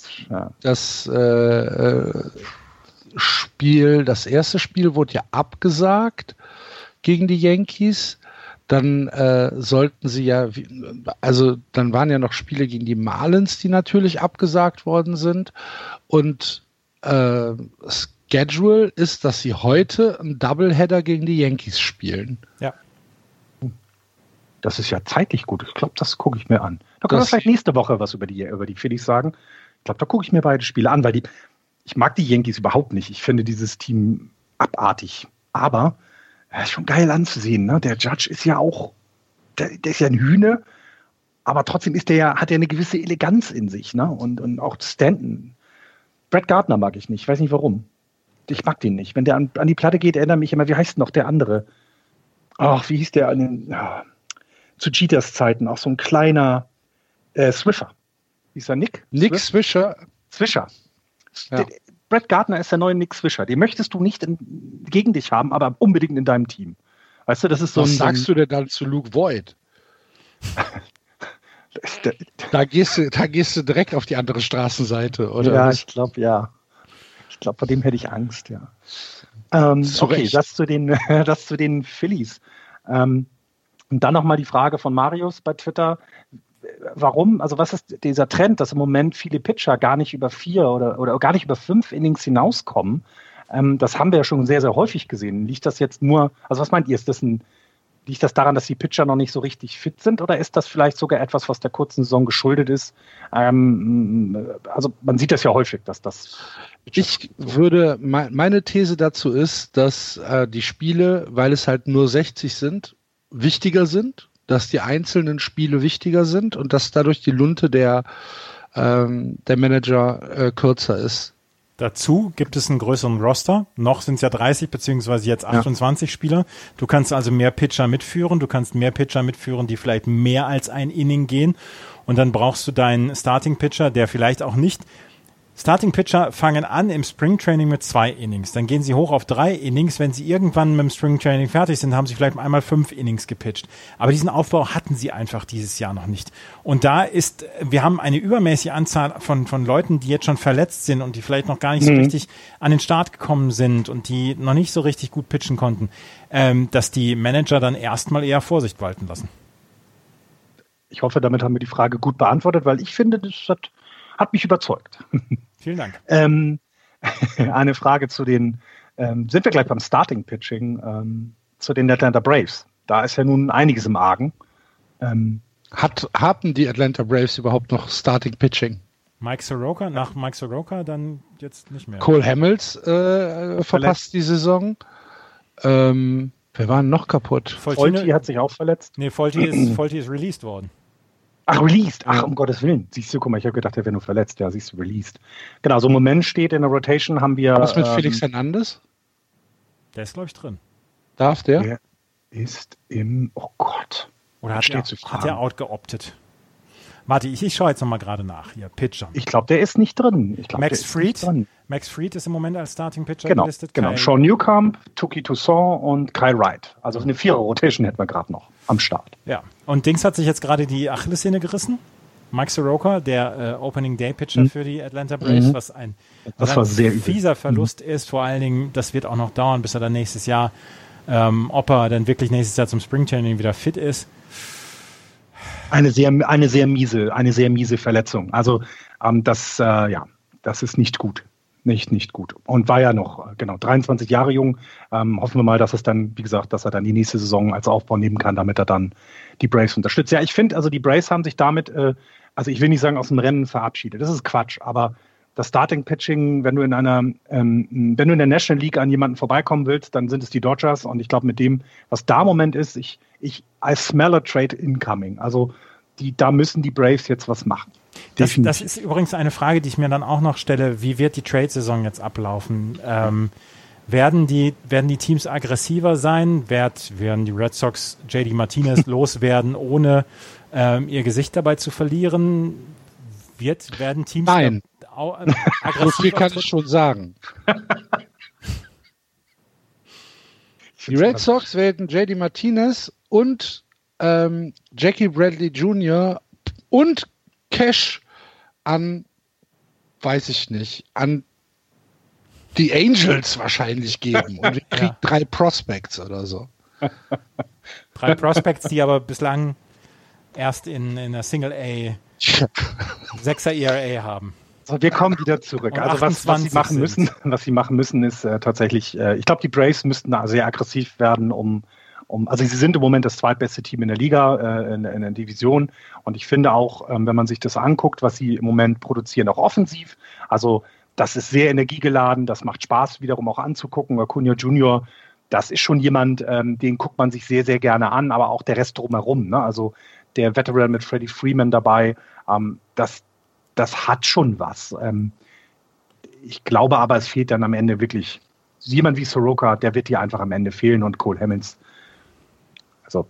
erste Spiel wurde ja abgesagt gegen die Yankees. Dann sollten sie dann waren ja noch Spiele gegen die Marlins, die natürlich abgesagt worden sind. Und Schedule ist, dass sie heute einen Doubleheader gegen die Yankees spielen. Ja. Das ist ja zeitlich gut. Ich glaube, das gucke ich mir an. Da können wir vielleicht nächste Woche was über die Phillies sagen. Ich glaube, da gucke ich mir beide Spiele an, weil ich mag die Yankees überhaupt nicht. Ich finde dieses Team abartig. Aber ist schon geil anzusehen. Ne? Der Judge ist ja auch, der ist ja ein Hühne, aber trotzdem hat er eine gewisse Eleganz in sich. Ne? Und auch Stanton. Brett Gardner mag ich nicht. Ich weiß nicht warum. Ich mag den nicht. Wenn der an die Platte geht, erinnere mich immer, wie heißt noch der andere? Ach, wie hieß der zu Jeeters Zeiten, auch so ein kleiner Swisher. Hieß er Nick? Nick Swisher. Swisher. Ja. Brett Gardner ist der neue Nick Swisher. Den möchtest du nicht gegen dich haben, aber unbedingt in deinem Team. Weißt du, das ist so Was sagst du denn dann zu Luke Voigt? Da gehst du direkt auf die andere Straßenseite, oder? Ja, ich glaube, ja. Ich glaube, vor dem hätte ich Angst, ja. Okay, das zu den Phillies. Und dann nochmal die Frage von Marius bei Twitter. Warum, also was ist dieser Trend, dass im Moment viele Pitcher gar nicht über 4 oder gar nicht über 5 Innings hinauskommen? Das haben wir ja schon sehr, sehr häufig gesehen. Liegt das jetzt nur, also was meint ihr, liegt das daran, dass die Pitcher noch nicht so richtig fit sind, oder ist das vielleicht sogar etwas, was der kurzen Saison geschuldet ist? Also man sieht das ja häufig, dass das... Meine These dazu ist, dass die Spiele, weil es halt nur 60 sind, wichtiger sind, dass die einzelnen Spiele wichtiger sind und dass dadurch die Lunte der Manager kürzer ist. Dazu gibt es einen größeren Roster. Noch sind es ja 30 beziehungsweise jetzt 28 Spieler. Du kannst also mehr Pitcher mitführen. Du kannst mehr Pitcher mitführen, die vielleicht mehr als ein Inning gehen. Und dann brauchst du deinen Starting-Pitcher, der vielleicht auch nicht... Starting-Pitcher fangen an im Springtraining mit 2 Innings. Dann gehen sie hoch auf 3 Innings. Wenn sie irgendwann mit dem Springtraining fertig sind, haben sie vielleicht einmal 5 Innings gepitcht. Aber diesen Aufbau hatten sie einfach dieses Jahr noch nicht. Und wir haben eine übermäßige Anzahl von Leuten, die jetzt schon verletzt sind und die vielleicht noch gar nicht so richtig an den Start gekommen sind und die noch nicht so richtig gut pitchen konnten, dass die Manager dann erstmal eher Vorsicht walten lassen. Ich hoffe, damit haben wir die Frage gut beantwortet, weil ich finde, das hat mich überzeugt. Vielen Dank. Eine Frage zu sind wir gleich beim Starting-Pitching, zu den Atlanta Braves. Da ist ja nun einiges im Argen. Haben die Atlanta Braves überhaupt noch Starting-Pitching? Nach Mike Soroka dann jetzt nicht mehr. Cole Hamels verpasst die Saison. Wer war denn noch kaputt? Folty hat sich auch verletzt. Nee, Folty ist released worden. Ach, released. Ach, um Gottes Willen. Siehst du, guck mal, ich habe gedacht, der wäre nur verletzt. Ja, siehst du, released. Genau, so im Moment steht in der Rotation, haben wir... Was mit Felix Hernandez? Der ist, glaube ich, drin. Darf der? Der ist oh Gott. Oder hat er outgeoptet? Warte, ich schaue jetzt nochmal gerade nach. Hier, Pitcher. Ich glaube, der ist nicht drin. Max Fried ist im Moment als Starting-Pitcher gelistet. Genau, Sean Newcomb, Touki Toussaint und Kyle Wright. Also eine 4er-Rotation hätten wir gerade noch am Start. Ja, und Dings hat sich jetzt gerade die Achillessehne gerissen. Mike Soroka, der Opening-Day-Pitcher für die Atlanta Braves, was ein fieser Verlust ist. Vor allen Dingen, das wird auch noch dauern, bis er dann nächstes Jahr, ob er dann wirklich nächstes Jahr zum Springtraining wieder fit ist. Eine sehr miese Verletzung. Also das ist nicht gut. Nicht gut. Und war ja noch, 23 Jahre jung. Hoffen wir mal, dass es dann, wie gesagt, dass er dann die nächste Saison als Aufbau nehmen kann, damit er dann die Braves unterstützt. Ja, ich finde, also die Braves haben sich damit, ich will nicht sagen aus dem Rennen verabschiedet. Das ist Quatsch, aber das Starting-Pitching, wenn du in der National League an jemanden vorbeikommen willst, dann sind es die Dodgers. Und ich glaube, mit dem, was da im Moment ist, I smell a trade incoming. Also da müssen die Braves jetzt was machen. Das ist übrigens eine Frage, die ich mir dann auch noch stelle. Wie wird die Trade-Saison jetzt ablaufen? Werden die Teams aggressiver sein? Werden die Red Sox JD Martinez loswerden, ohne ihr Gesicht dabei zu verlieren? Werden Teams aggressiver? So viel kann ich schon sagen. Die Red Sox werden JD Martinez und Jackie Bradley Jr. und Cash an die Angels wahrscheinlich geben. Und wir kriegen 3 Prospects oder so. 3 Prospects, die aber bislang erst in der Single A 6er ERA haben. So, wir kommen wieder zurück. Also was sie machen müssen, ist tatsächlich, ich glaube, die Braves müssten da sehr aggressiv werden, also sie sind im Moment das zweitbeste Team in der Liga, in der Division. Und ich finde auch, wenn man sich das anguckt, was sie im Moment produzieren, auch offensiv, also das ist sehr energiegeladen, das macht Spaß wiederum auch anzugucken. Acuna Junior, das ist schon jemand, den guckt man sich sehr, sehr gerne an, aber auch der Rest drumherum, ne? Also der Veteran mit Freddie Freeman dabei, das hat schon was. Ich glaube aber, es fehlt dann am Ende wirklich jemand wie Soroka, der wird dir einfach am Ende fehlen, und Cole Hamels. Also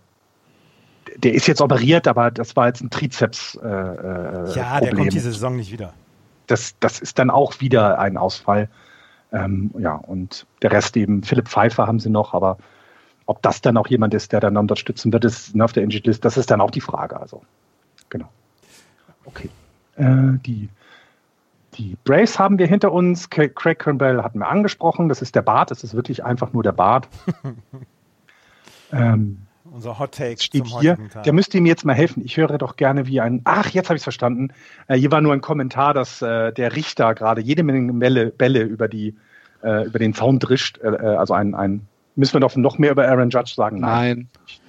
der ist jetzt operiert, aber das war jetzt ein Trizeps-Problem. Der kommt diese Saison nicht wieder. das ist dann auch wieder ein Ausfall. Und der Rest eben, Philipp Pfeiffer haben sie noch, aber ob das dann auch jemand ist, der dann unterstützen wird, ist auf der Injured List, das ist dann auch die Frage. Also, genau. Okay. Die Braves haben wir hinter uns. Craig Kimbrell hatten wir angesprochen. Das ist der Bart. Das ist wirklich einfach nur der Bart. Unser Hot Take steht zum heutigen Tag. Der müsste ihm jetzt mal helfen. Ich höre doch gerne wie ein... Ach, jetzt habe ich es verstanden. Hier war nur ein Kommentar, dass der Richter gerade jede Menge Bälle über den Zaun drischt. Also müssen wir doch noch mehr über Aaron Judge sagen? Nein.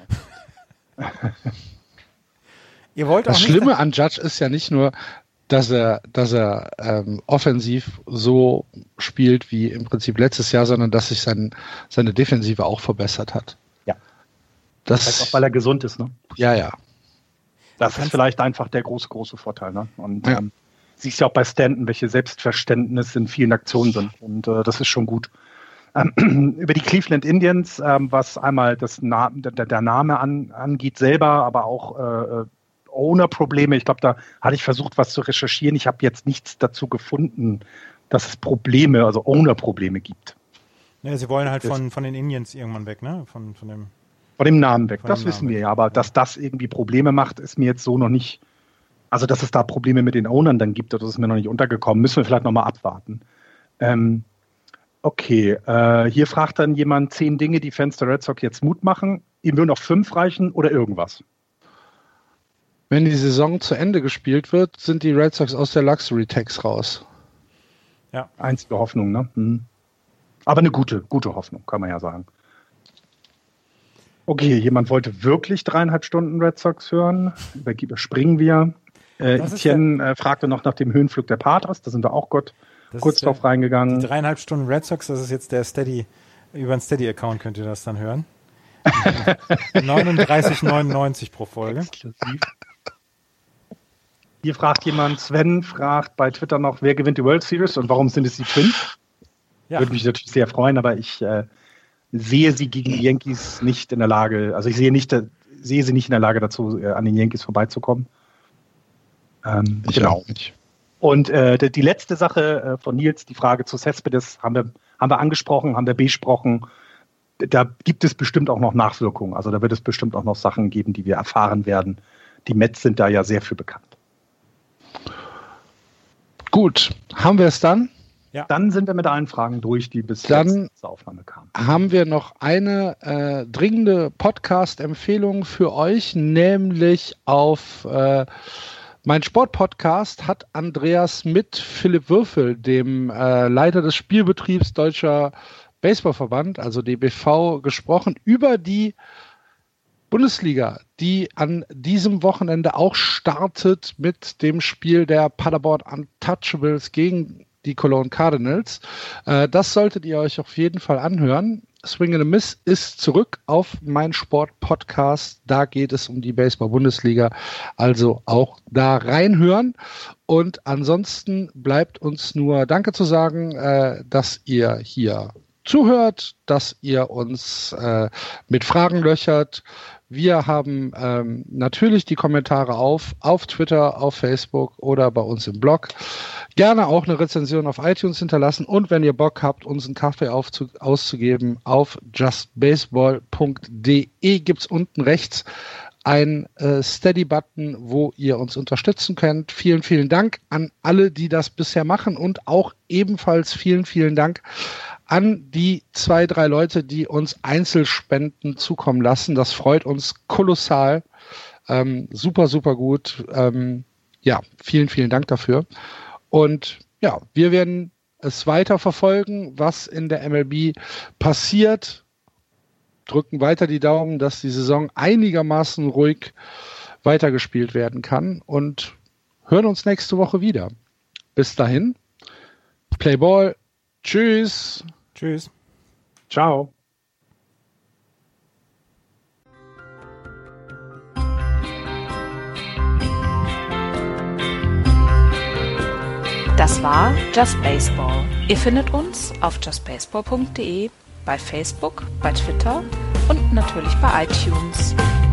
Ihr wollt das Schlimme an Judge ist ja nicht nur, dass er offensiv so spielt wie im Prinzip letztes Jahr, sondern dass sich seine Defensive auch verbessert hat. Ja. Das heißt auch, weil er gesund ist, ne? Ja. Das ist vielleicht einfach der große Vorteil, ne? Und siehst ja auch bei Stanton, welche Selbstverständnis in vielen Aktionen sind. Und das ist schon gut. Über die Cleveland Indians, was einmal der Name angeht selber, aber auch Owner-Probleme. Ich glaube, da hatte ich versucht, was zu recherchieren. Ich habe jetzt nichts dazu gefunden, dass es Probleme, also Owner-Probleme gibt. Ja, sie wollen halt von den Indians irgendwann weg, ne? Von dem Namen weg. Das wissen wir ja. Aber dass das irgendwie Probleme macht, ist mir jetzt so noch nicht. Also, dass es da Probleme mit den Ownern dann gibt, das ist mir noch nicht untergekommen. Müssen wir vielleicht nochmal abwarten. Okay, hier fragt dann jemand 10 Dinge, die Fans der Red Sox jetzt Mut machen. Ihm würden auch 5 reichen oder irgendwas? Wenn die Saison zu Ende gespielt wird, sind die Red Sox aus der Luxury Tax raus. Ja. Einzige Hoffnung, ne? Aber eine gute Hoffnung, kann man ja sagen. Okay, jemand wollte wirklich 3,5 Stunden Red Sox hören. Überspringen wir. Etienne fragte noch nach dem Höhenflug der Patras. Da sind wir auch kurz drauf reingegangen. Die 3,5 Stunden Red Sox, das ist jetzt der Steady, über den Steady-Account könnt ihr das dann hören. 39,99 pro Folge. Exklusiv. Hier fragt jemand, Sven fragt bei Twitter noch, wer gewinnt die World Series und warum sind es die Twins? Ja. Würde mich natürlich sehr freuen, aber ich sehe sie gegen die Yankees nicht in der Lage, also ich sehe sie nicht in der Lage dazu, an den Yankees vorbeizukommen. Genau. Und die letzte Sache von Nils, die Frage zu Cespedes, haben wir angesprochen, haben wir besprochen. Da gibt es bestimmt auch noch Nachwirkungen. Also da wird es bestimmt auch noch Sachen geben, die wir erfahren werden. Die Mets sind da ja sehr für bekannt. Gut, haben wir es dann? Ja. Dann sind wir mit allen Fragen durch, die bis jetzt zur Aufnahme kamen. Haben wir noch eine dringende Podcast-Empfehlung für euch, nämlich auf mein Sportpodcast hat Andreas mit Philipp Würfel, dem Leiter des Spielbetriebs Deutscher Baseballverband, also DBV, gesprochen über die Bundesliga, die an diesem Wochenende auch startet mit dem Spiel der Paderborn Untouchables gegen die Cologne Cardinals. Das solltet ihr euch auf jeden Fall anhören. Swing and a Miss ist zurück auf mein Sport-Podcast. Da geht es um die Baseball-Bundesliga. Also auch da reinhören. Und ansonsten bleibt uns nur Danke zu sagen, dass ihr hier zuhört, dass ihr uns mit Fragen löchert. Wir haben natürlich die Kommentare auf Twitter, auf Facebook oder bei uns im Blog. Gerne auch eine Rezension auf iTunes hinterlassen und wenn ihr Bock habt, uns einen Kaffee auszugeben, auf justbaseball.de gibt's unten rechts ein Steady-Button, wo ihr uns unterstützen könnt. Vielen, vielen Dank an alle, die das bisher machen und auch ebenfalls vielen, vielen Dank an die 2, 3 Leute, die uns Einzelspenden zukommen lassen. Das freut uns kolossal. Super, super gut. Vielen, vielen Dank dafür. Und ja, wir werden es weiter verfolgen, was in der MLB passiert. Drücken weiter die Daumen, dass die Saison einigermaßen ruhig weitergespielt werden kann und hören uns nächste Woche wieder. Bis dahin, Play Ball. Tschüss. Tschüss. Ciao. Das war Just Baseball. Ihr findet uns auf justbaseball.de, bei Facebook, bei Twitter und natürlich bei iTunes.